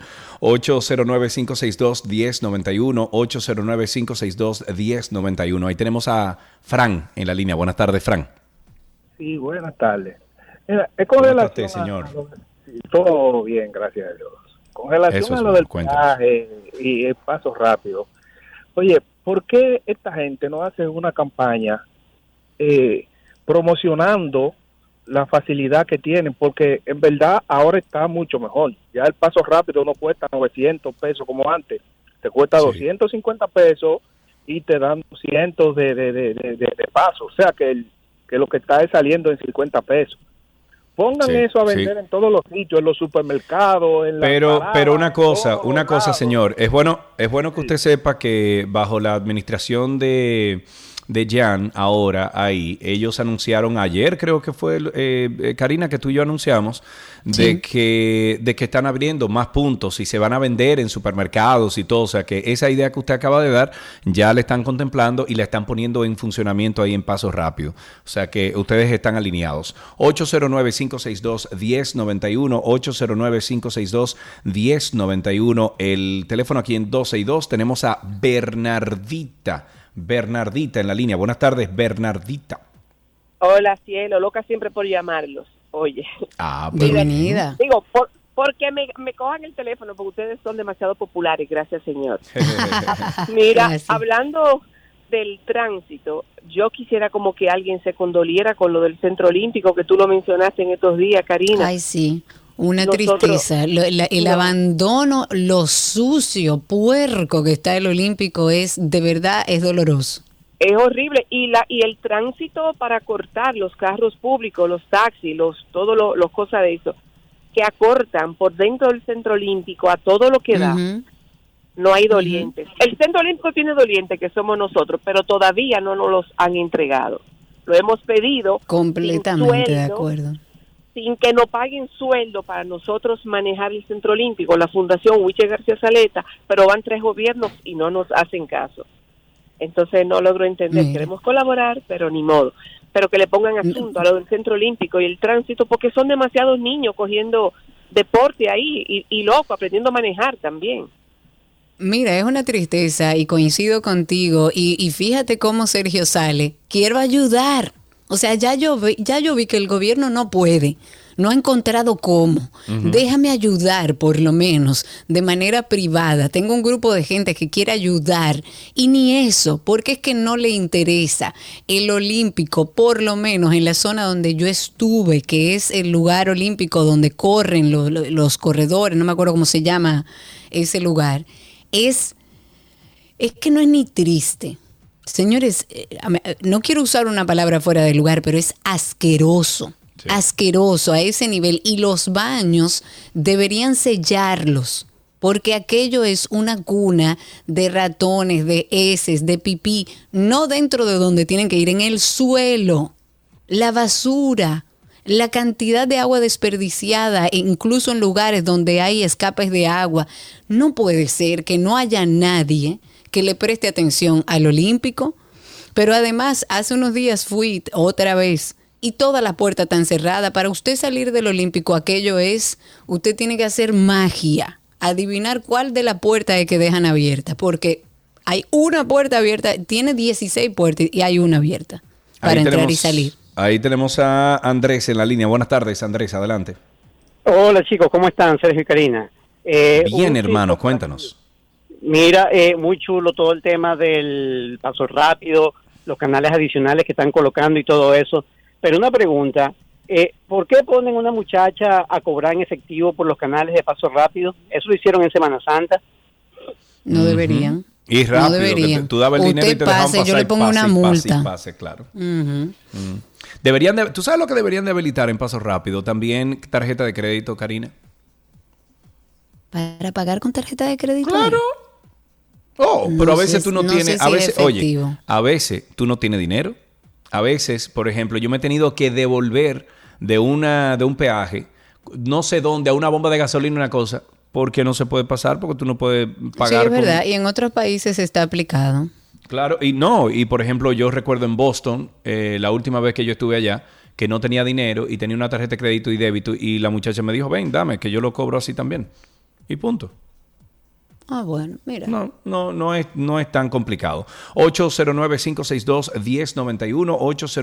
809-562-1091, 809-562-1091. Ahí tenemos a Fran en la línea. Buenas tardes, Fran. Sí, buenas tardes. Mira, es con relación señor. Todo bien, gracias a Dios. Con relación a lo del peaje y el paso rápido. Oye, ¿por qué esta gente no hace una campaña promocionando la facilidad que tienen? Porque en verdad ahora está mucho mejor. Ya el paso rápido no cuesta 900 pesos como antes. Te cuesta 250 pesos y te dan cientos de pasos. O sea que lo que está es saliendo en 50 pesos. Pongan eso a vender en todos los sitios, en los supermercados, en pero una cosa, señor, es bueno que usted sepa que bajo la administración de Jan, ahora ahí, ellos anunciaron ayer, creo que fue, Karina, que tú y yo anunciamos, de que están abriendo más puntos y se van a vender en supermercados y todo. O sea, que esa idea que usted acaba de dar ya la están contemplando y la están poniendo en funcionamiento ahí en Paso Rápido. O sea, que ustedes están alineados. 809-562-1091, 809-562-1091. El teléfono aquí en 262. Tenemos a Bernardita en la línea. Buenas tardes, Bernardita. Hola, cielo, loca siempre por llamarlos. Oye. Bienvenida. Digo, porque me cojan el teléfono, porque ustedes son demasiado populares, gracias, señor. Mira, gracias. Hablando del tránsito, yo quisiera como que alguien se condoliera con lo del Centro Olímpico, que tú lo mencionaste en estos días, Karina. Ay, sí. Una tristeza, el abandono, lo sucio, puerco que está el Olímpico es doloroso. Es horrible y el tránsito para cortar los carros públicos, los taxis, los cosas de eso que acortan por dentro del Centro Olímpico a todo lo que da. No hay dolientes. El Centro Olímpico tiene dolientes que somos nosotros, pero todavía no nos los han entregado. Lo hemos pedido completamente de acuerdo. Sin que nos paguen sueldo para nosotros manejar el Centro Olímpico, la Fundación Huiche García Saleta, pero van 3 gobiernos y no nos hacen caso. Entonces no logro entender, queremos colaborar, pero ni modo. Pero que le pongan asunto a lo del Centro Olímpico y el tránsito, porque son demasiados niños cogiendo deporte ahí y loco, aprendiendo a manejar también. Mira, es una tristeza y coincido contigo y fíjate cómo Sergio sale. Quiero ayudar. O sea, ya yo vi que el gobierno no puede, no ha encontrado cómo. Déjame ayudar, por lo menos, de manera privada. Tengo un grupo de gente que quiere ayudar y ni eso, porque es que no le interesa. El Olímpico, por lo menos en la zona donde yo estuve, que es el lugar olímpico donde corren los corredores, no me acuerdo cómo se llama ese lugar, es que no es ni triste. Señores, no quiero usar una palabra fuera de lugar, pero es asqueroso, asqueroso a ese nivel. Y los baños deberían sellarlos, porque aquello es una cuna de ratones, de heces, de pipí, no dentro de donde tienen que ir, en el suelo, la basura, la cantidad de agua desperdiciada, incluso en lugares donde hay escapes de agua. No puede ser que no haya nadie que le preste atención al Olímpico, pero además hace unos días fui otra vez y toda la puerta está cerrada. Para usted salir del Olímpico, usted tiene que hacer magia. adivinar cuál de las puertas es que dejan abierta, porque hay una puerta abierta, tiene 16 puertas y hay una abierta para entrar y salir. Ahí tenemos a Andrés en la línea. Buenas tardes, Andrés, adelante. Hola chicos, ¿cómo están? Sergio y Karina. Bien, hermano, cuéntanos. Mira, muy chulo todo el tema del paso rápido, los canales adicionales que están colocando y todo eso. Pero una pregunta, ¿por qué ponen una muchacha a cobrar en efectivo por los canales de paso rápido? Eso lo hicieron en Semana Santa. No deberían. Y rápido, no deberían. Tú dabas el dinero y te dejaban pasar. Yo le pongo una multa. Pase, claro. ¿Tú sabes lo que deberían de habilitar en paso rápido? También tarjeta de crédito, Karina. ¿Para pagar con tarjeta de crédito? Claro. Pero a veces tú no tienes, a veces tú no tienes dinero. A veces, por ejemplo, yo me he tenido que devolver de un peaje, no sé dónde, a una bomba de gasolina, una cosa, porque no se puede pasar, porque tú no puedes pagar. Sí, es verdad. Y en otros países está aplicado. Claro, y por ejemplo, yo recuerdo en Boston, la última vez que yo estuve allá, que no tenía dinero y tenía una tarjeta de crédito y débito, y la muchacha me dijo, ven, dame, que yo lo cobro así también. Y punto. Bueno, mira. No es tan complicado. 809-562-1091,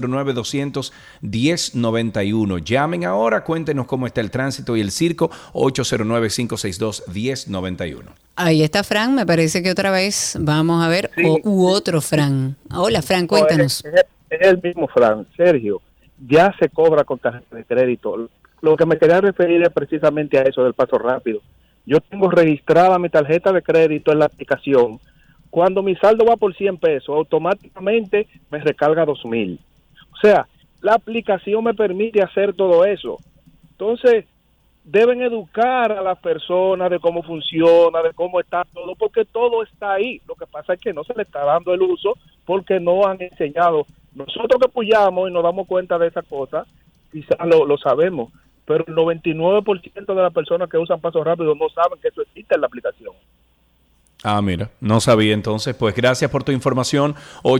809-200-1091. Llamen ahora, cuéntenos cómo está el tránsito y el circo, 809-562-1091. Ahí está Fran, me parece que otra vez vamos a ver, sí. u otro Fran. Hola, Fran, cuéntanos. Es el mismo Fran, Sergio. Ya se cobra con tarjeta de crédito. Lo que me quería referir es precisamente a eso del paso rápido. Yo tengo registrada mi tarjeta de crédito en la aplicación. Cuando mi saldo va por 100 pesos, automáticamente me recarga 2,000. O sea, la aplicación me permite hacer todo eso. Entonces, deben educar a las personas de cómo funciona, de cómo está todo, porque todo está ahí. Lo que pasa es que no se le está dando el uso porque no han enseñado. Nosotros que apoyamos y nos damos cuenta de esas cosas, quizás lo sabemos, pero el 99% de las personas que usan paso rápido no saben que eso existe en la aplicación. Mira, no sabía entonces. Pues gracias por tu información.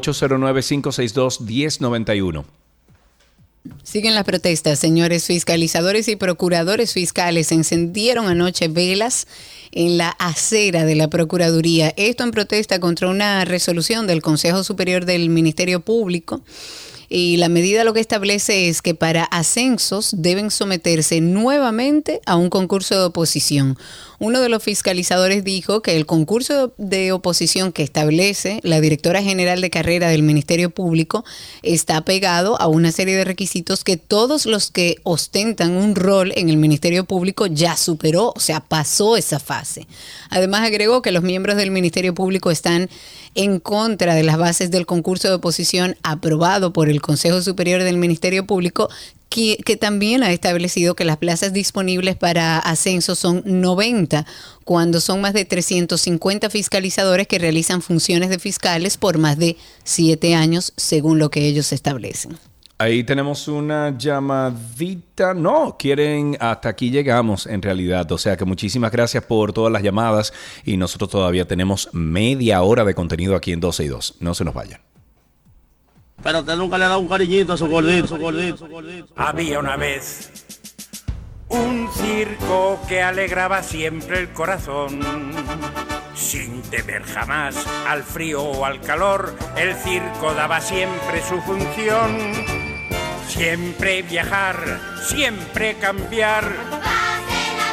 809-562-1091. Siguen las protestas, señores. Fiscalizadores y procuradores fiscales encendieron anoche velas en la acera de la Procuraduría. Esto en protesta contra una resolución del Consejo Superior del Ministerio Público. Y la medida lo que establece es que para ascensos deben someterse nuevamente a un concurso de oposición. Uno de los fiscalizadores dijo que el concurso de oposición que establece la directora general de carrera del Ministerio Público está pegado a una serie de requisitos que todos los que ostentan un rol en el Ministerio Público ya superó, o sea, pasó esa fase. Además agregó que los miembros del Ministerio Público están en contra de las bases del concurso de oposición aprobado por el Consejo Superior del Ministerio Público, que también ha establecido que las plazas disponibles para ascenso son 90, cuando son más de 350 fiscalizadores que realizan funciones de fiscales por más de 7 años, según lo que ellos establecen. Ahí tenemos una llamadita. No, hasta aquí llegamos en realidad. O sea que muchísimas gracias por todas las llamadas y nosotros todavía tenemos media hora de contenido aquí en 12 y 2. No se nos vayan. Pero usted nunca le ha dado un cariñito a su gordito. Había una vez un circo que alegraba siempre el corazón. Sin temer jamás al frío o al calor, el circo daba siempre su función. Siempre viajar, siempre cambiar. ¡Pasen a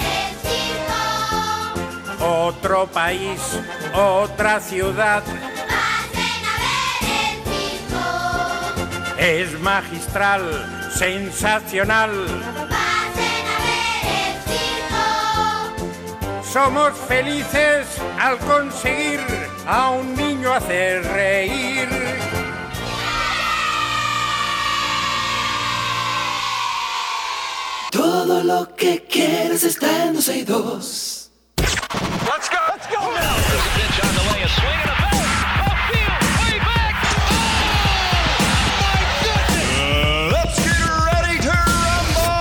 ver el circo! Otro país, otra ciudad. ¡Pasen a ver el circo! Es magistral, sensacional. ¡Pasen a ver el circo! Somos felices al conseguir a un niño hacer reír. Todo lo que quieres está en 12 y 2. Let's go now. There's a pitch on the way, a swing and a bat. Off field, way back. Oh, my goodness. Let's get ready to rumble.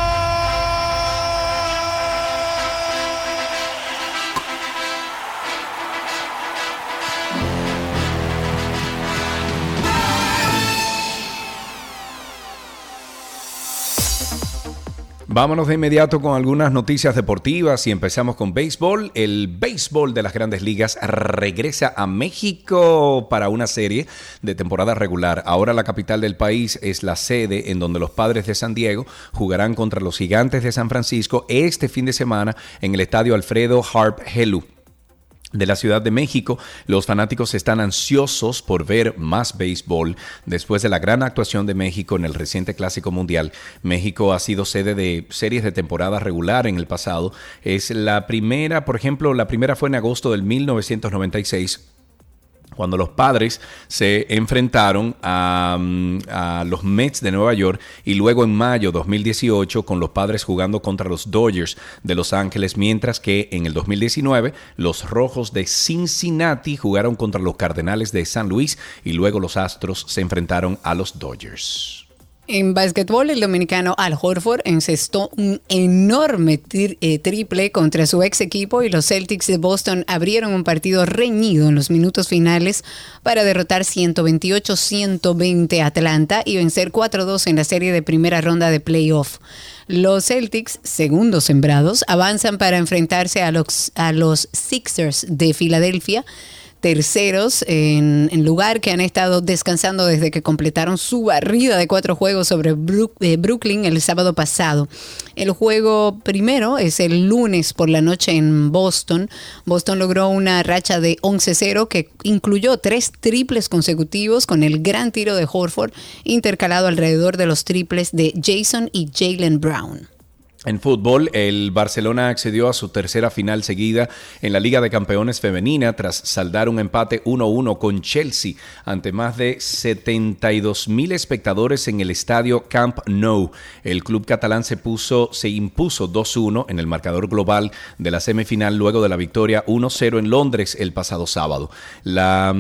Vámonos de inmediato con algunas noticias deportivas y empezamos con béisbol. El béisbol de las Grandes Ligas regresa a México para una serie de temporada regular. Ahora la capital del país es la sede en donde los Padres de San Diego jugarán contra los Gigantes de San Francisco este fin de semana en el estadio Alfredo Harp Helú de la Ciudad de México. Los fanáticos están ansiosos por ver más béisbol después de la gran actuación de México en el reciente Clásico Mundial. México ha sido sede de series de temporada regular en el pasado. Es la primera, por ejemplo, la primera fue en agosto del 1996, cuando los Padres se enfrentaron a los Mets de Nueva York, y luego en mayo de 2018 con los Padres jugando contra los Dodgers de Los Ángeles, mientras que en el 2019 los Rojos de Cincinnati jugaron contra los Cardenales de San Luis y luego los Astros se enfrentaron a los Dodgers. En básquetbol, el dominicano Al Horford encestó un enorme triple contra su ex equipo y los Celtics de Boston abrieron un partido reñido en los minutos finales para derrotar 128-120 a Atlanta y vencer 4-2 en la serie de primera ronda de playoff. Los Celtics, segundos sembrados, avanzan para enfrentarse a los Sixers de Filadelfia, terceros en lugar, que han estado descansando desde que completaron su barrida de 4 juegos sobre Brooklyn el sábado pasado. El juego primero es el lunes por la noche en Boston. Boston logró una racha de 11-0 que incluyó 3 triples consecutivos con el gran tiro de Horford intercalado alrededor de los triples de Jason y Jaylen Brown. En fútbol, el Barcelona accedió a su tercera final seguida en la Liga de Campeones Femenina tras saldar un empate 1-1 con Chelsea ante más de 72,000 espectadores en el estadio Camp Nou. El club catalán se impuso 2-1 en el marcador global de la semifinal luego de la victoria 1-0 en Londres el pasado sábado. Las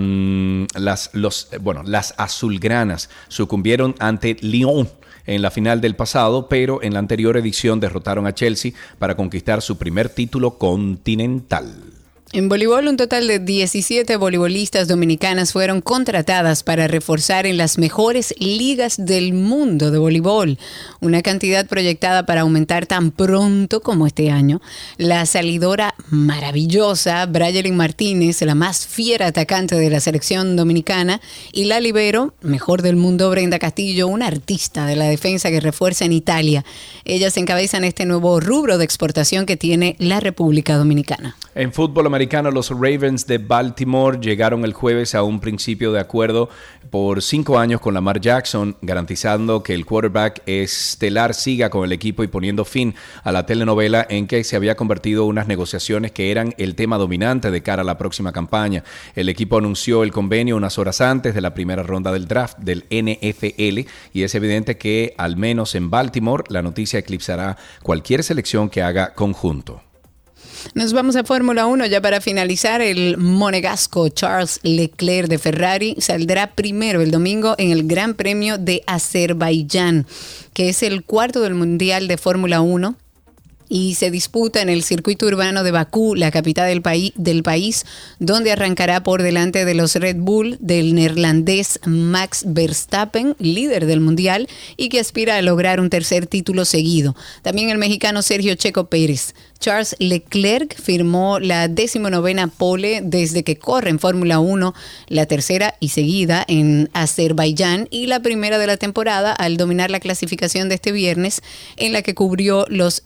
azulgranas sucumbieron ante Lyon en la final del pasado, pero en la anterior edición derrotaron a Chelsea para conquistar su primer título continental. En voleibol, un total de 17 voleibolistas dominicanas fueron contratadas para reforzar en las mejores ligas del mundo de voleibol, una cantidad proyectada para aumentar tan pronto como este año. La salidora maravillosa, Brayelin Martínez, la más fiera atacante de la selección dominicana, y la libero, mejor del mundo, Brenda Castillo, una artista de la defensa que refuerza en Italia. Ellas encabezan este nuevo rubro de exportación que tiene la República Dominicana. En fútbol americano, los Ravens de Baltimore llegaron el jueves a un principio de acuerdo por 5 años con Lamar Jackson, garantizando que el quarterback estelar siga con el equipo y poniendo fin a la telenovela en que se había convertido unas negociaciones que eran el tema dominante de cara a la próxima campaña. El equipo anunció el convenio unas horas antes de la primera ronda del draft del NFL y es evidente que, al menos en Baltimore, la noticia eclipsará cualquier selección que haga conjunto. Nos vamos a Fórmula 1 ya para finalizar. El monegasco Charles Leclerc de Ferrari saldrá primero el domingo en el Gran Premio de Azerbaiyán, que es el cuarto del Mundial de Fórmula 1. Y se disputa en el circuito urbano de Bakú, la capital del país, donde arrancará por delante de los Red Bull del neerlandés Max Verstappen, líder del mundial, y que aspira a lograr un tercer título seguido. También el mexicano Sergio Checo Pérez. Charles Leclerc firmó la 19ª pole desde que corre en Fórmula 1, la tercera y seguida en Azerbaiyán y la primera de la temporada al dominar la clasificación de este viernes, en la que cubrió los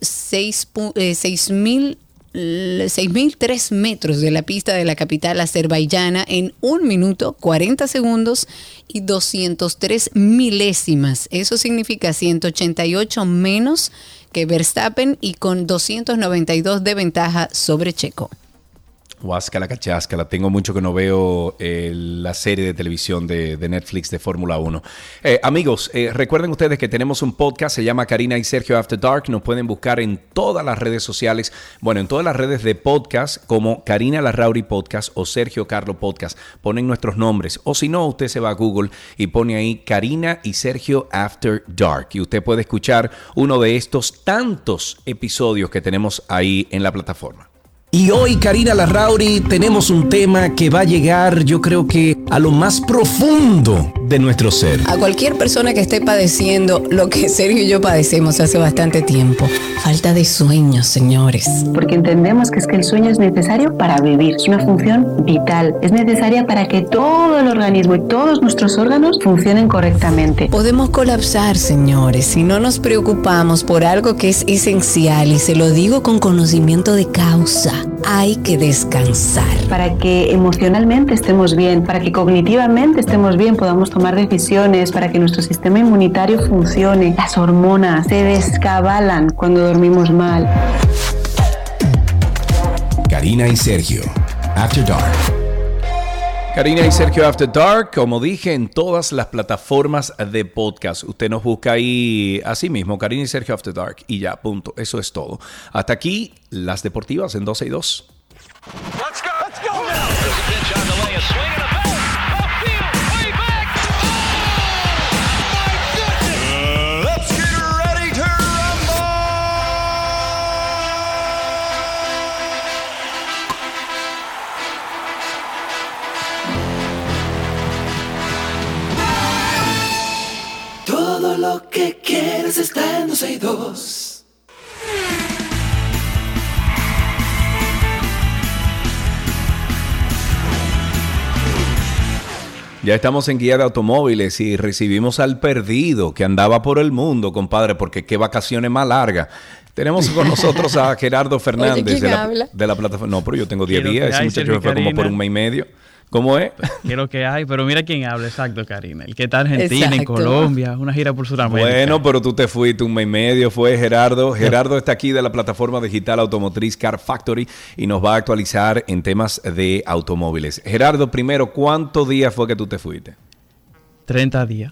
6.003 metros de la pista de la capital azerbaiyana en 1 minuto, 40 segundos y 203 milésimas. Eso significa 188 menos que Verstappen y con 292 de ventaja sobre Checo. Huáscala, cacháscala. Tengo mucho que no veo la serie de televisión de Netflix de Fórmula 1. Amigos, recuerden ustedes que tenemos un podcast, se llama Karina y Sergio After Dark. Nos pueden buscar en todas las redes sociales, en todas las redes de podcast como Karina Larrauri Podcast o Sergio Carlo Podcast. Ponen nuestros nombres. O si no, usted se va a Google y pone ahí Karina y Sergio After Dark. Y usted puede escuchar uno de estos tantos episodios que tenemos ahí en la plataforma. Y hoy, Karina Larrauri, tenemos un tema que va a llegar, yo creo que a lo más profundo de nuestro ser. A cualquier persona que esté padeciendo lo que Sergio y yo padecemos hace bastante tiempo. Falta de sueño, señores. Porque entendemos que el sueño es necesario para vivir. Es una función vital. Es necesaria para que todo el organismo y todos nuestros órganos funcionen correctamente. Podemos colapsar, señores, si no nos preocupamos por algo que es esencial, y se lo digo con conocimiento de causa. Hay que descansar. Para que emocionalmente estemos bien, para que cognitivamente estemos bien, podamos tomar decisiones, para que nuestro sistema inmunitario funcione. Las hormonas se descabalan cuando dormimos mal. Karina y Sergio, After Dark. Karina y Sergio After Dark, como dije, en todas las plataformas de podcast. Usted nos busca ahí así mismo, Karina y Sergio After Dark, y ya, punto. Eso es todo. Hasta aquí, las deportivas en 12 y 2. Let's go. Let's go now. There's a pitch on the way, a swing and a belt. Upfield, way back. Oh, my goodness. Let's get ready to rumble. Todo lo que quieres está en 12 y 2. Ya estamos en Guía de Automóviles y recibimos al perdido que andaba por el mundo, compadre, porque qué vacaciones más largas. Tenemos con nosotros a Gerardo Fernández. Oye, ¿quién de la plataforma. No, pero yo tengo 10 días. Ese hay, muchacho Sergio, fue como Karina. por un mes y medio. ¿Cómo es? Quiero que hay, pero mira quién habla, exacto, Karina. El que está en Argentina, Exacto. en Colombia, una gira por Sudamérica. Bueno, pero tú te fuiste un mes y medio, fue Gerardo. Gerardo está aquí de la plataforma digital automotriz Car Factory y nos va a actualizar en temas de automóviles. Gerardo, primero, ¿cuántos días fue que tú te fuiste? 30 días.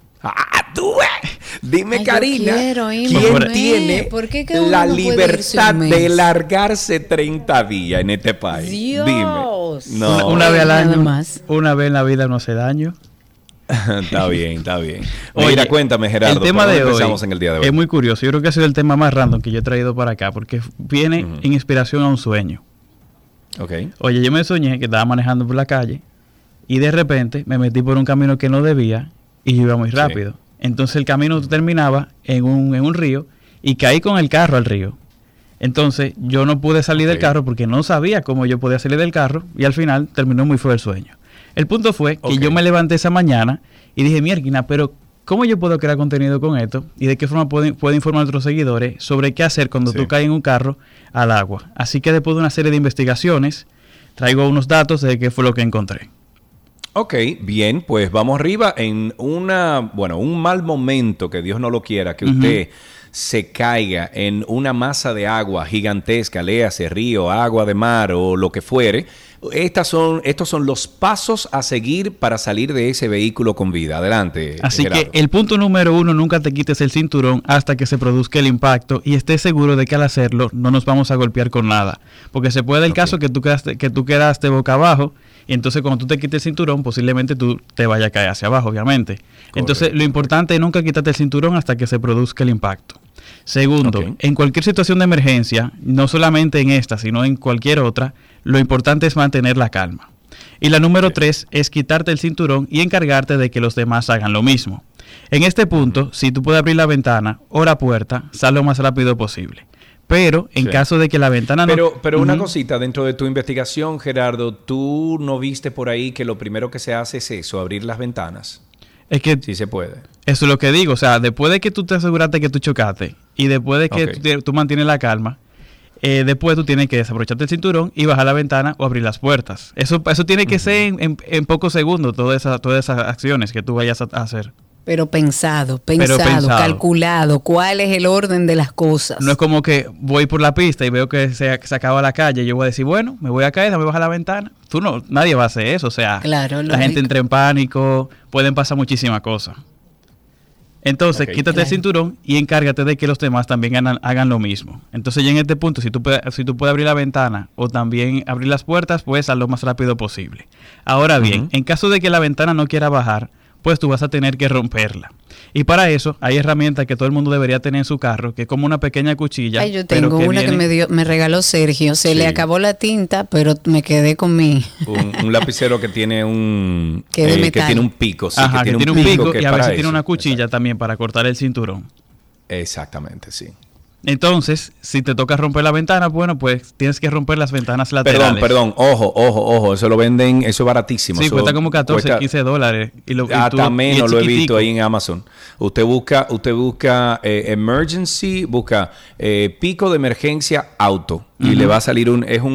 Tú, dime, Ay, Karina, yo quiero irme. ¿quién tiene ¿Por qué que uno la no puede libertad irse un de mes? largarse 30 días en este país? Dios. Dime. No. Una vez al Nada año, más. una vez en la vida no hace daño. Está bien, está bien. Oye, Mira, cuéntame, Gerardo. el tema ¿por dónde de hoy empezamos en el día de hoy? es muy curioso. Yo creo que ha sido el tema más random que yo he traído para acá, porque viene en inspiración a un sueño. Ok. Oye, yo me soñé que estaba manejando por la calle y de repente me metí por un camino que no debía y yo iba muy rápido. Entonces el camino terminaba en un río y caí con el carro al río. Entonces yo no pude salir del carro porque no sabía cómo yo podía salir del carro y al final terminó muy feo el sueño. El punto fue que yo me levanté esa mañana y dije, mierda, pero ¿cómo yo puedo crear contenido con esto? ¿Y de qué forma puedo informar a otros seguidores sobre qué hacer cuando tú caes en un carro al agua? Así que después de una serie de investigaciones, traigo unos datos de qué fue lo que encontré. Ok, bien, pues vamos arriba en un mal momento, que Dios no lo quiera, que usted se caiga en una masa de agua gigantesca, léase río, agua de mar o lo que fuere. Estos son los pasos a seguir para salir de ese vehículo con vida. Adelante, Así Gerardo. que el punto número 1, nunca te quites el cinturón hasta que se produzca el impacto y estés seguro de que al hacerlo no nos vamos a golpear con nada. Porque se puede el caso que tú quedaste boca abajo y entonces cuando tú te quites el cinturón posiblemente tú te vayas a caer hacia abajo, obviamente. Entonces lo importante es nunca quitarte el cinturón hasta que se produzca el impacto. Segundo, en cualquier situación de emergencia, no solamente en esta, sino en cualquier otra, lo importante es mantener la calma. Y la número 3 es quitarte el cinturón y encargarte de que los demás hagan lo mismo. En este punto, si tú puedes abrir la ventana o la puerta, sal lo más rápido posible. Pero en caso de que la ventana no... Pero una cosita, dentro de tu investigación, Gerardo, ¿tú no viste por ahí que lo primero que se hace es eso, abrir las ventanas? Es que sí se puede. Eso es lo que digo. O sea, después de que tú te aseguraste que tú chocaste y después de que tú mantienes la calma, después tú tienes que desabrocharte el cinturón y bajar la ventana o abrir las puertas. Eso tiene que ser en pocos segundos, todas esas acciones que tú vayas a hacer. Pero pensado, calculado, cuál es el orden de las cosas. No es como que voy por la pista y veo que se acaba la calle y yo voy a decir, bueno, me voy a caer, me voy a bajar la ventana. Nadie va a hacer eso, o sea, la gente entra en pánico, pueden pasar muchísimas cosas. Entonces, quítate el cinturón y encárgate de que los demás también hagan lo mismo. Entonces, ya en este punto, si tú puedes abrir la ventana o también abrir las puertas, pues haz lo más rápido posible. Ahora bien, en caso de que la ventana no quiera bajar, pues tú vas a tener que romperla. Y para eso hay herramientas que todo el mundo debería tener en su carro, que es como una pequeña cuchilla. Ay, yo tengo una que me regaló Sergio. Se le acabó la tinta, pero me quedé con mi... un lapicero que tiene un... que tiene un pico. Sí, Ajá, que tiene un pico y a veces tiene eso. una cuchilla también para cortar el cinturón. Exactamente, sí. Entonces, si te toca romper la ventana, bueno, pues tienes que romper las ventanas laterales. Perdón, ojo, eso lo venden, eso es baratísimo. Sí, eso cuesta como 14, $15. Hasta menos lo he visto ahí en Amazon. Usted busca emergency, busca pico de emergencia auto y le va a salir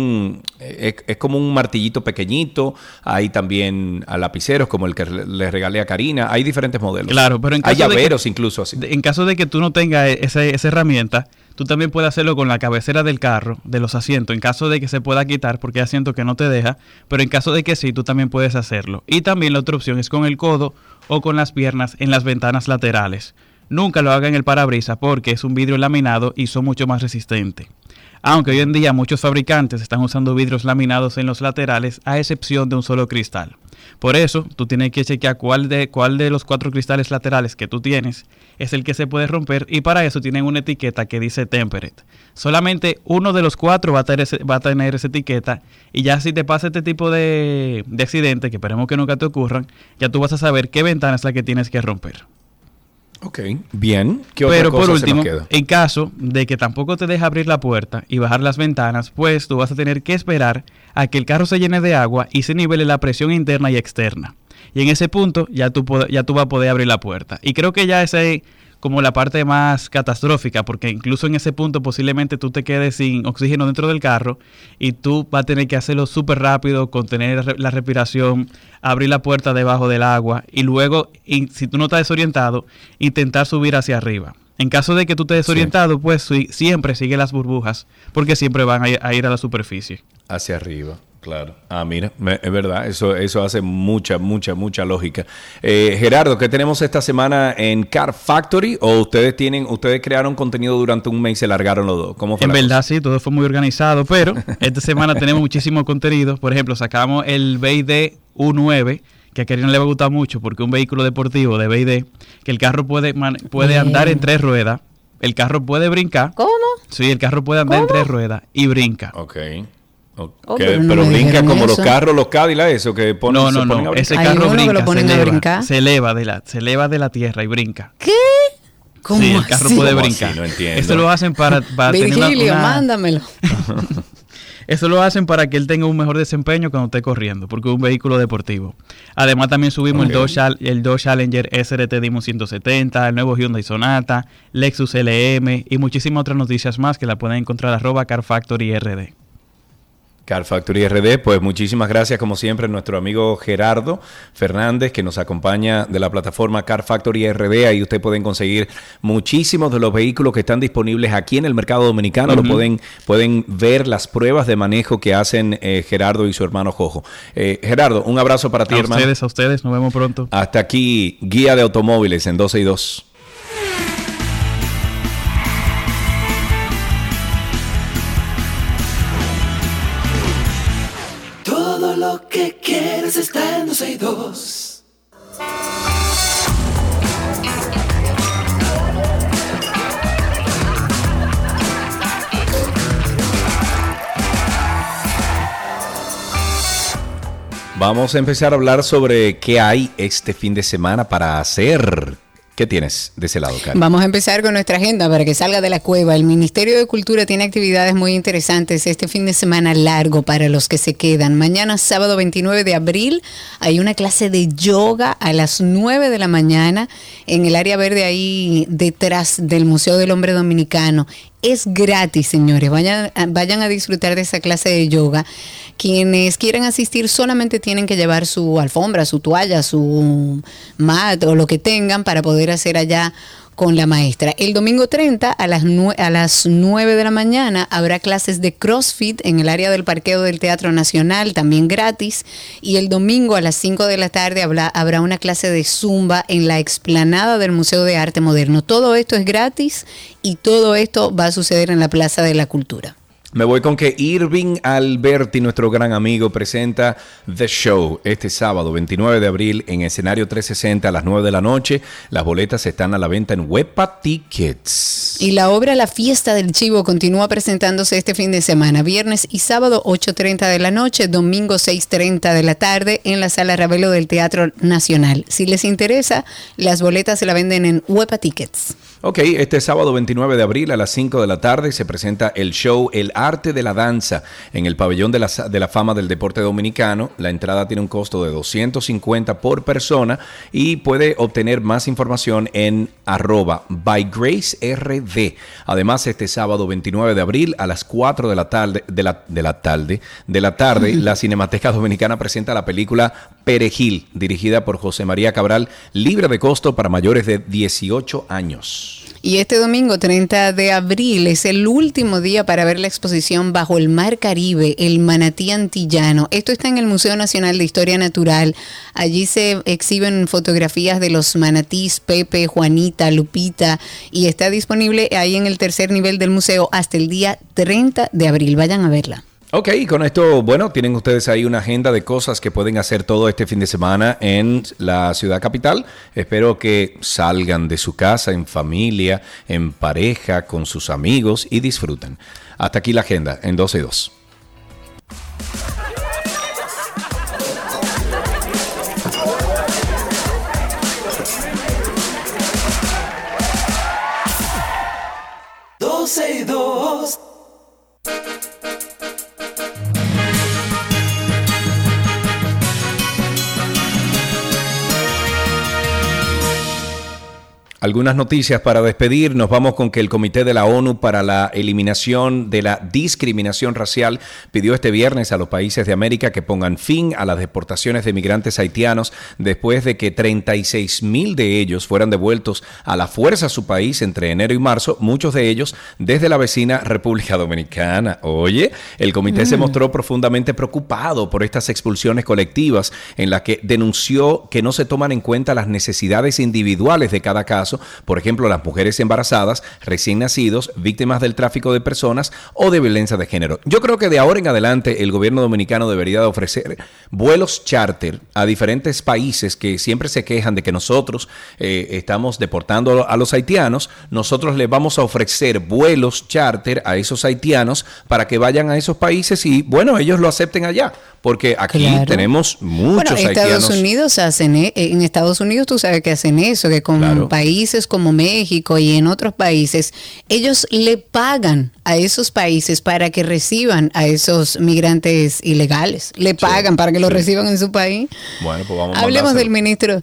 es como un martillito pequeñito. Hay también a lapiceros como el que le regalé a Karina. Hay diferentes modelos. Claro, pero hay llaveros incluso así. En caso de que tú no tengas esa herramienta, tú también puedes hacerlo con la cabecera del carro, de los asientos, en caso de que se pueda quitar, porque hay asiento que no te deja, pero en caso de que sí, tú también puedes hacerlo. Y también la otra opción es con el codo o con las piernas en las ventanas laterales. Nunca lo haga en el parabrisas porque es un vidrio laminado y son mucho más resistentes. Aunque hoy en día muchos fabricantes están usando vidrios laminados en los laterales, a excepción de un solo cristal. Por eso, tú tienes que chequear cuál de los 4 cristales laterales que tú tienes es el que se puede romper, y para eso tienen una etiqueta que dice Temperate. Solamente uno de los 4 va a tener esa etiqueta, y ya si te pasa este tipo de accidente, que esperemos que nunca te ocurran, ya tú vas a saber qué ventana es la que tienes que romper. Ok, bien. ¿Qué otra cosa? Pero por último, en caso de que tampoco te deje abrir la puerta y bajar las ventanas, pues tú vas a tener que esperar a que el carro se llene de agua y se nivele la presión interna y externa. Y en ese punto ya tú vas a poder abrir la puerta. Y creo que ya esa es como la parte más catastrófica, porque incluso en ese punto posiblemente tú te quedes sin oxígeno dentro del carro y tú vas a tener que hacerlo súper rápido, contener la respiración, abrir la puerta debajo del agua y luego, si tú no estás desorientado, intentar subir hacia arriba. En caso de que tú estés desorientado, pues siempre sigue las burbujas, porque siempre van a ir a la superficie. Hacia arriba. Claro. Mira, es verdad, eso hace mucha lógica. Gerardo, ¿qué tenemos esta semana en Car Factory? ¿O ustedes crearon contenido durante un mes y se largaron los dos? ¿Cómo fue? En verdad, sí, todo fue muy organizado, pero esta semana tenemos muchísimo contenido. Por ejemplo, sacamos el BYD U9, que a Karina le va a gustar mucho, porque es un vehículo deportivo de BYD, que el carro puede andar en 3 ruedas, el carro puede brincar. ¿Cómo? Sí, el carro puede andar en 3 ruedas y brinca. Ok. Pero brinca como los carros, los Cadillac, eso que ponen. No. Ese carro brinca, se eleva de la tierra y brinca. ¿Qué? ¿Cómo sí, el carro puede brincar. Así? No entiendo. Eso lo hacen para Virgilio, tener mándamelo. Eso lo hacen para que él tenga un mejor desempeño cuando esté corriendo, porque es un vehículo deportivo. Además, también subimos el Dodge Challenger SRT Demon 170, el nuevo Hyundai Sonata, Lexus LM y muchísimas otras noticias más que la pueden encontrar @CarFactoryRD. Car Factory RD, pues muchísimas gracias como siempre a nuestro amigo Gerardo Fernández, que nos acompaña de la plataforma Car Factory RD. Ahí ustedes pueden conseguir muchísimos de los vehículos que están disponibles aquí en el mercado dominicano. Lo pueden ver las pruebas de manejo que hacen Gerardo y su hermano Jojo. Gerardo, un abrazo para ti, hermano. A ustedes, nos vemos pronto. Hasta aquí, Guía de Automóviles en 12 y 2. Todo lo que quieres está en 12 y 2. Vamos a empezar a hablar sobre qué hay este fin de semana para hacer. ¿Qué tienes de ese lado, Karen? Vamos a empezar con nuestra agenda para que salga de la cueva. El Ministerio de Cultura tiene actividades muy interesantes este fin de semana largo para los que se quedan. Mañana, sábado 29 de abril, hay una clase de yoga a las 9 de la mañana en el área verde ahí detrás del Museo del Hombre Dominicano. Es gratis, señores. Vayan a disfrutar de esa clase de yoga. Quienes quieran asistir solamente tienen que llevar su alfombra, su toalla, su mat o lo que tengan para poder hacer allá con la maestra. El domingo 30 a las 9 de la mañana habrá clases de CrossFit en el área del parqueo del Teatro Nacional, también gratis. Y el domingo a las 5 de la tarde habrá una clase de Zumba en la explanada del Museo de Arte Moderno. Todo esto es gratis y todo esto va a suceder en la Plaza de la Cultura. Me voy con que Irving Alberti, nuestro gran amigo, presenta The Show este sábado 29 de abril en escenario 360 a las 9 de la noche. Las boletas están a la venta en Huepa Tickets. Y la obra La Fiesta del Chivo continúa presentándose este fin de semana, viernes y sábado 8:30 de la noche, domingo 6:30 de la tarde en la Sala Ravelo del Teatro Nacional. Si les interesa, las boletas se la venden en Huepa Tickets. Ok, este sábado 29 de abril a las 5 de la tarde se presenta el show El Arte de la Danza en el Pabellón de la Fama del Deporte Dominicano. La entrada tiene un costo de $250 por persona y puede obtener más información en @bygracerd. Además, este sábado 29 de abril a las 4 de la tarde, la Cinemateca Dominicana presenta la película Perejil, dirigida por José María Cabral, libre de costo para mayores de 18 años. Y este domingo 30 de abril es el último día para ver la exposición Bajo el Mar Caribe, el manatí antillano. Esto está en el Museo Nacional de Historia Natural. Allí se exhiben fotografías de los manatís Pepe, Juanita, Lupita y está disponible ahí en el tercer nivel del museo hasta el día 30 de abril. Vayan a verla. Ok, con esto, bueno, tienen ustedes ahí una agenda de cosas que pueden hacer todo este fin de semana en la ciudad capital. Espero que salgan de su casa en familia, en pareja, con sus amigos y disfruten. Hasta aquí la agenda en 12 y 2. Algunas noticias para despedir. Nos vamos con que el Comité de la ONU para la Eliminación de la Discriminación Racial pidió este viernes a los países de América que pongan fin a las deportaciones de migrantes haitianos después de que 36,000 de ellos fueran devueltos a la fuerza a su país entre enero y marzo, muchos de ellos desde la vecina República Dominicana. Oye, el comité se mostró profundamente preocupado por estas expulsiones colectivas en las que denunció que no se toman en cuenta las necesidades individuales de cada caso. Por ejemplo, las mujeres embarazadas, recién nacidos, víctimas del tráfico de personas o de violencia de género. Yo creo que de ahora en adelante el gobierno dominicano debería de ofrecer vuelos charter a diferentes países que siempre se quejan de que nosotros estamos deportando a los haitianos. Nosotros les vamos a ofrecer vuelos charter a esos haitianos para que vayan a esos países y, bueno, ellos lo acepten allá. Porque aquí tenemos muchos haitianos. En Estados Unidos tú sabes que hacen eso, que con países como México y en otros países, ellos le pagan a esos países para que reciban a esos migrantes ilegales. Le pagan para que los reciban en su país. Bueno, pues vamos hablemos del ministro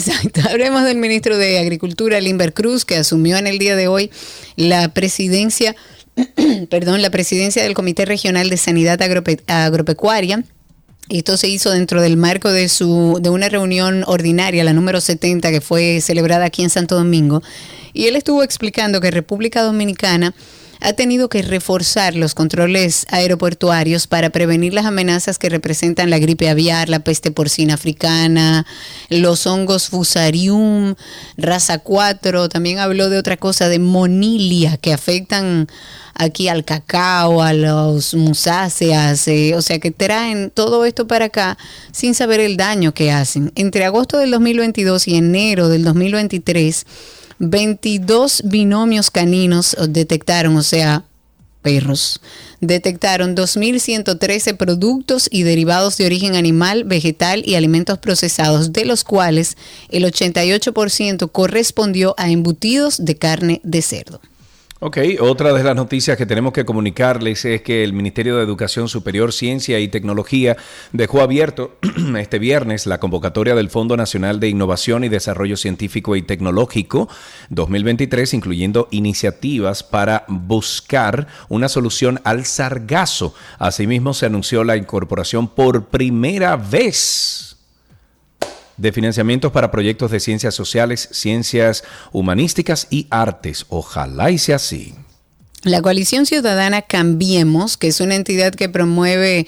de Agricultura, Limber Cruz, que asumió en el día de hoy la presidencia del Comité Regional de Sanidad Agropecuaria. Esto se hizo dentro del marco de una reunión ordinaria, la número 70, que fue celebrada aquí en Santo Domingo. Y él estuvo explicando que República Dominicana ha tenido que reforzar los controles aeroportuarios para prevenir las amenazas que representan la gripe aviar, la peste porcina africana, los hongos Fusarium, raza 4. También habló de otra cosa, de monilia, que afectan aquí al cacao, a los musáceas, o sea que traen todo esto para acá sin saber el daño que hacen. Entre agosto del 2022 y enero del 2023, 22 binomios caninos detectaron, o sea, perros, detectaron 2.113 productos y derivados de origen animal, vegetal y alimentos procesados, de los cuales el 88% correspondió a embutidos de carne de cerdo. Ok, otra de las noticias que tenemos que comunicarles es que el Ministerio de Educación Superior, Ciencia y Tecnología dejó abierto este viernes la convocatoria del Fondo Nacional de Innovación y Desarrollo Científico y Tecnológico 2023, incluyendo iniciativas para buscar una solución al sargazo. Asimismo, se anunció la incorporación por primera vez de financiamientos para proyectos de ciencias sociales, ciencias humanísticas y artes. Ojalá y sea así. La coalición ciudadana Cambiemos, que es una entidad que promueve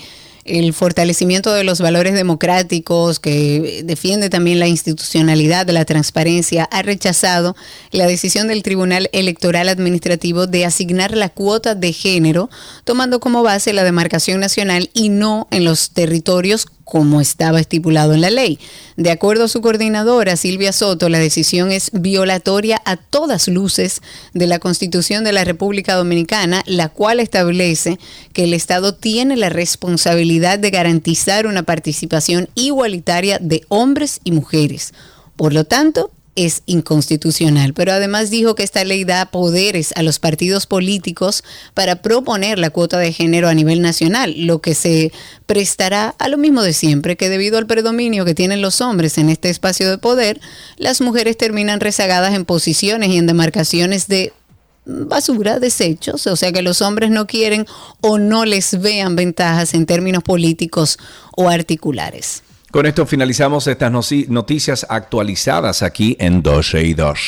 el fortalecimiento de los valores democráticos, que defiende también la institucionalidad, la transparencia, ha rechazado la decisión del Tribunal Electoral Administrativo de asignar la cuota de género, tomando como base la demarcación nacional y no en los territorios como estaba estipulado en la ley. De acuerdo a su coordinadora, Silvia Soto, la decisión es violatoria a todas luces de la Constitución de la República Dominicana, la cual establece que el Estado tiene la responsabilidad de garantizar una participación igualitaria de hombres y mujeres. Por lo tanto, es inconstitucional, pero además dijo que esta ley da poderes a los partidos políticos para proponer la cuota de género a nivel nacional, lo que se prestará a lo mismo de siempre, que debido al predominio que tienen los hombres en este espacio de poder, las mujeres terminan rezagadas en posiciones y en demarcaciones de basura, desechos, o sea que los hombres no quieren o no les vean ventajas en términos políticos o articulares. Con esto finalizamos estas noticias actualizadas aquí en 12 y 2.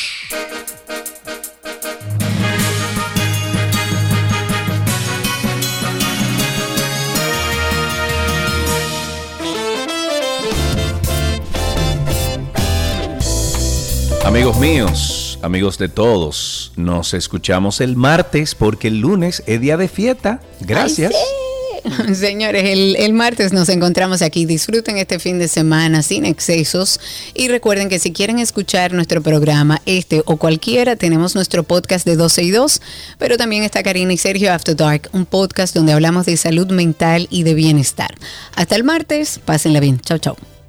Amigos míos, amigos de todos, nos escuchamos el martes porque el lunes es día de fiesta. Gracias. Ay, sí. Señores, el martes nos encontramos aquí. Disfruten este fin de semana sin excesos y recuerden que si quieren escuchar nuestro programa, este o cualquiera, tenemos nuestro podcast de 12 y 2, pero también está Karina y Sergio After Dark, un podcast donde hablamos de salud mental y de bienestar. Hasta el martes, pásenla bien. Chau, chau.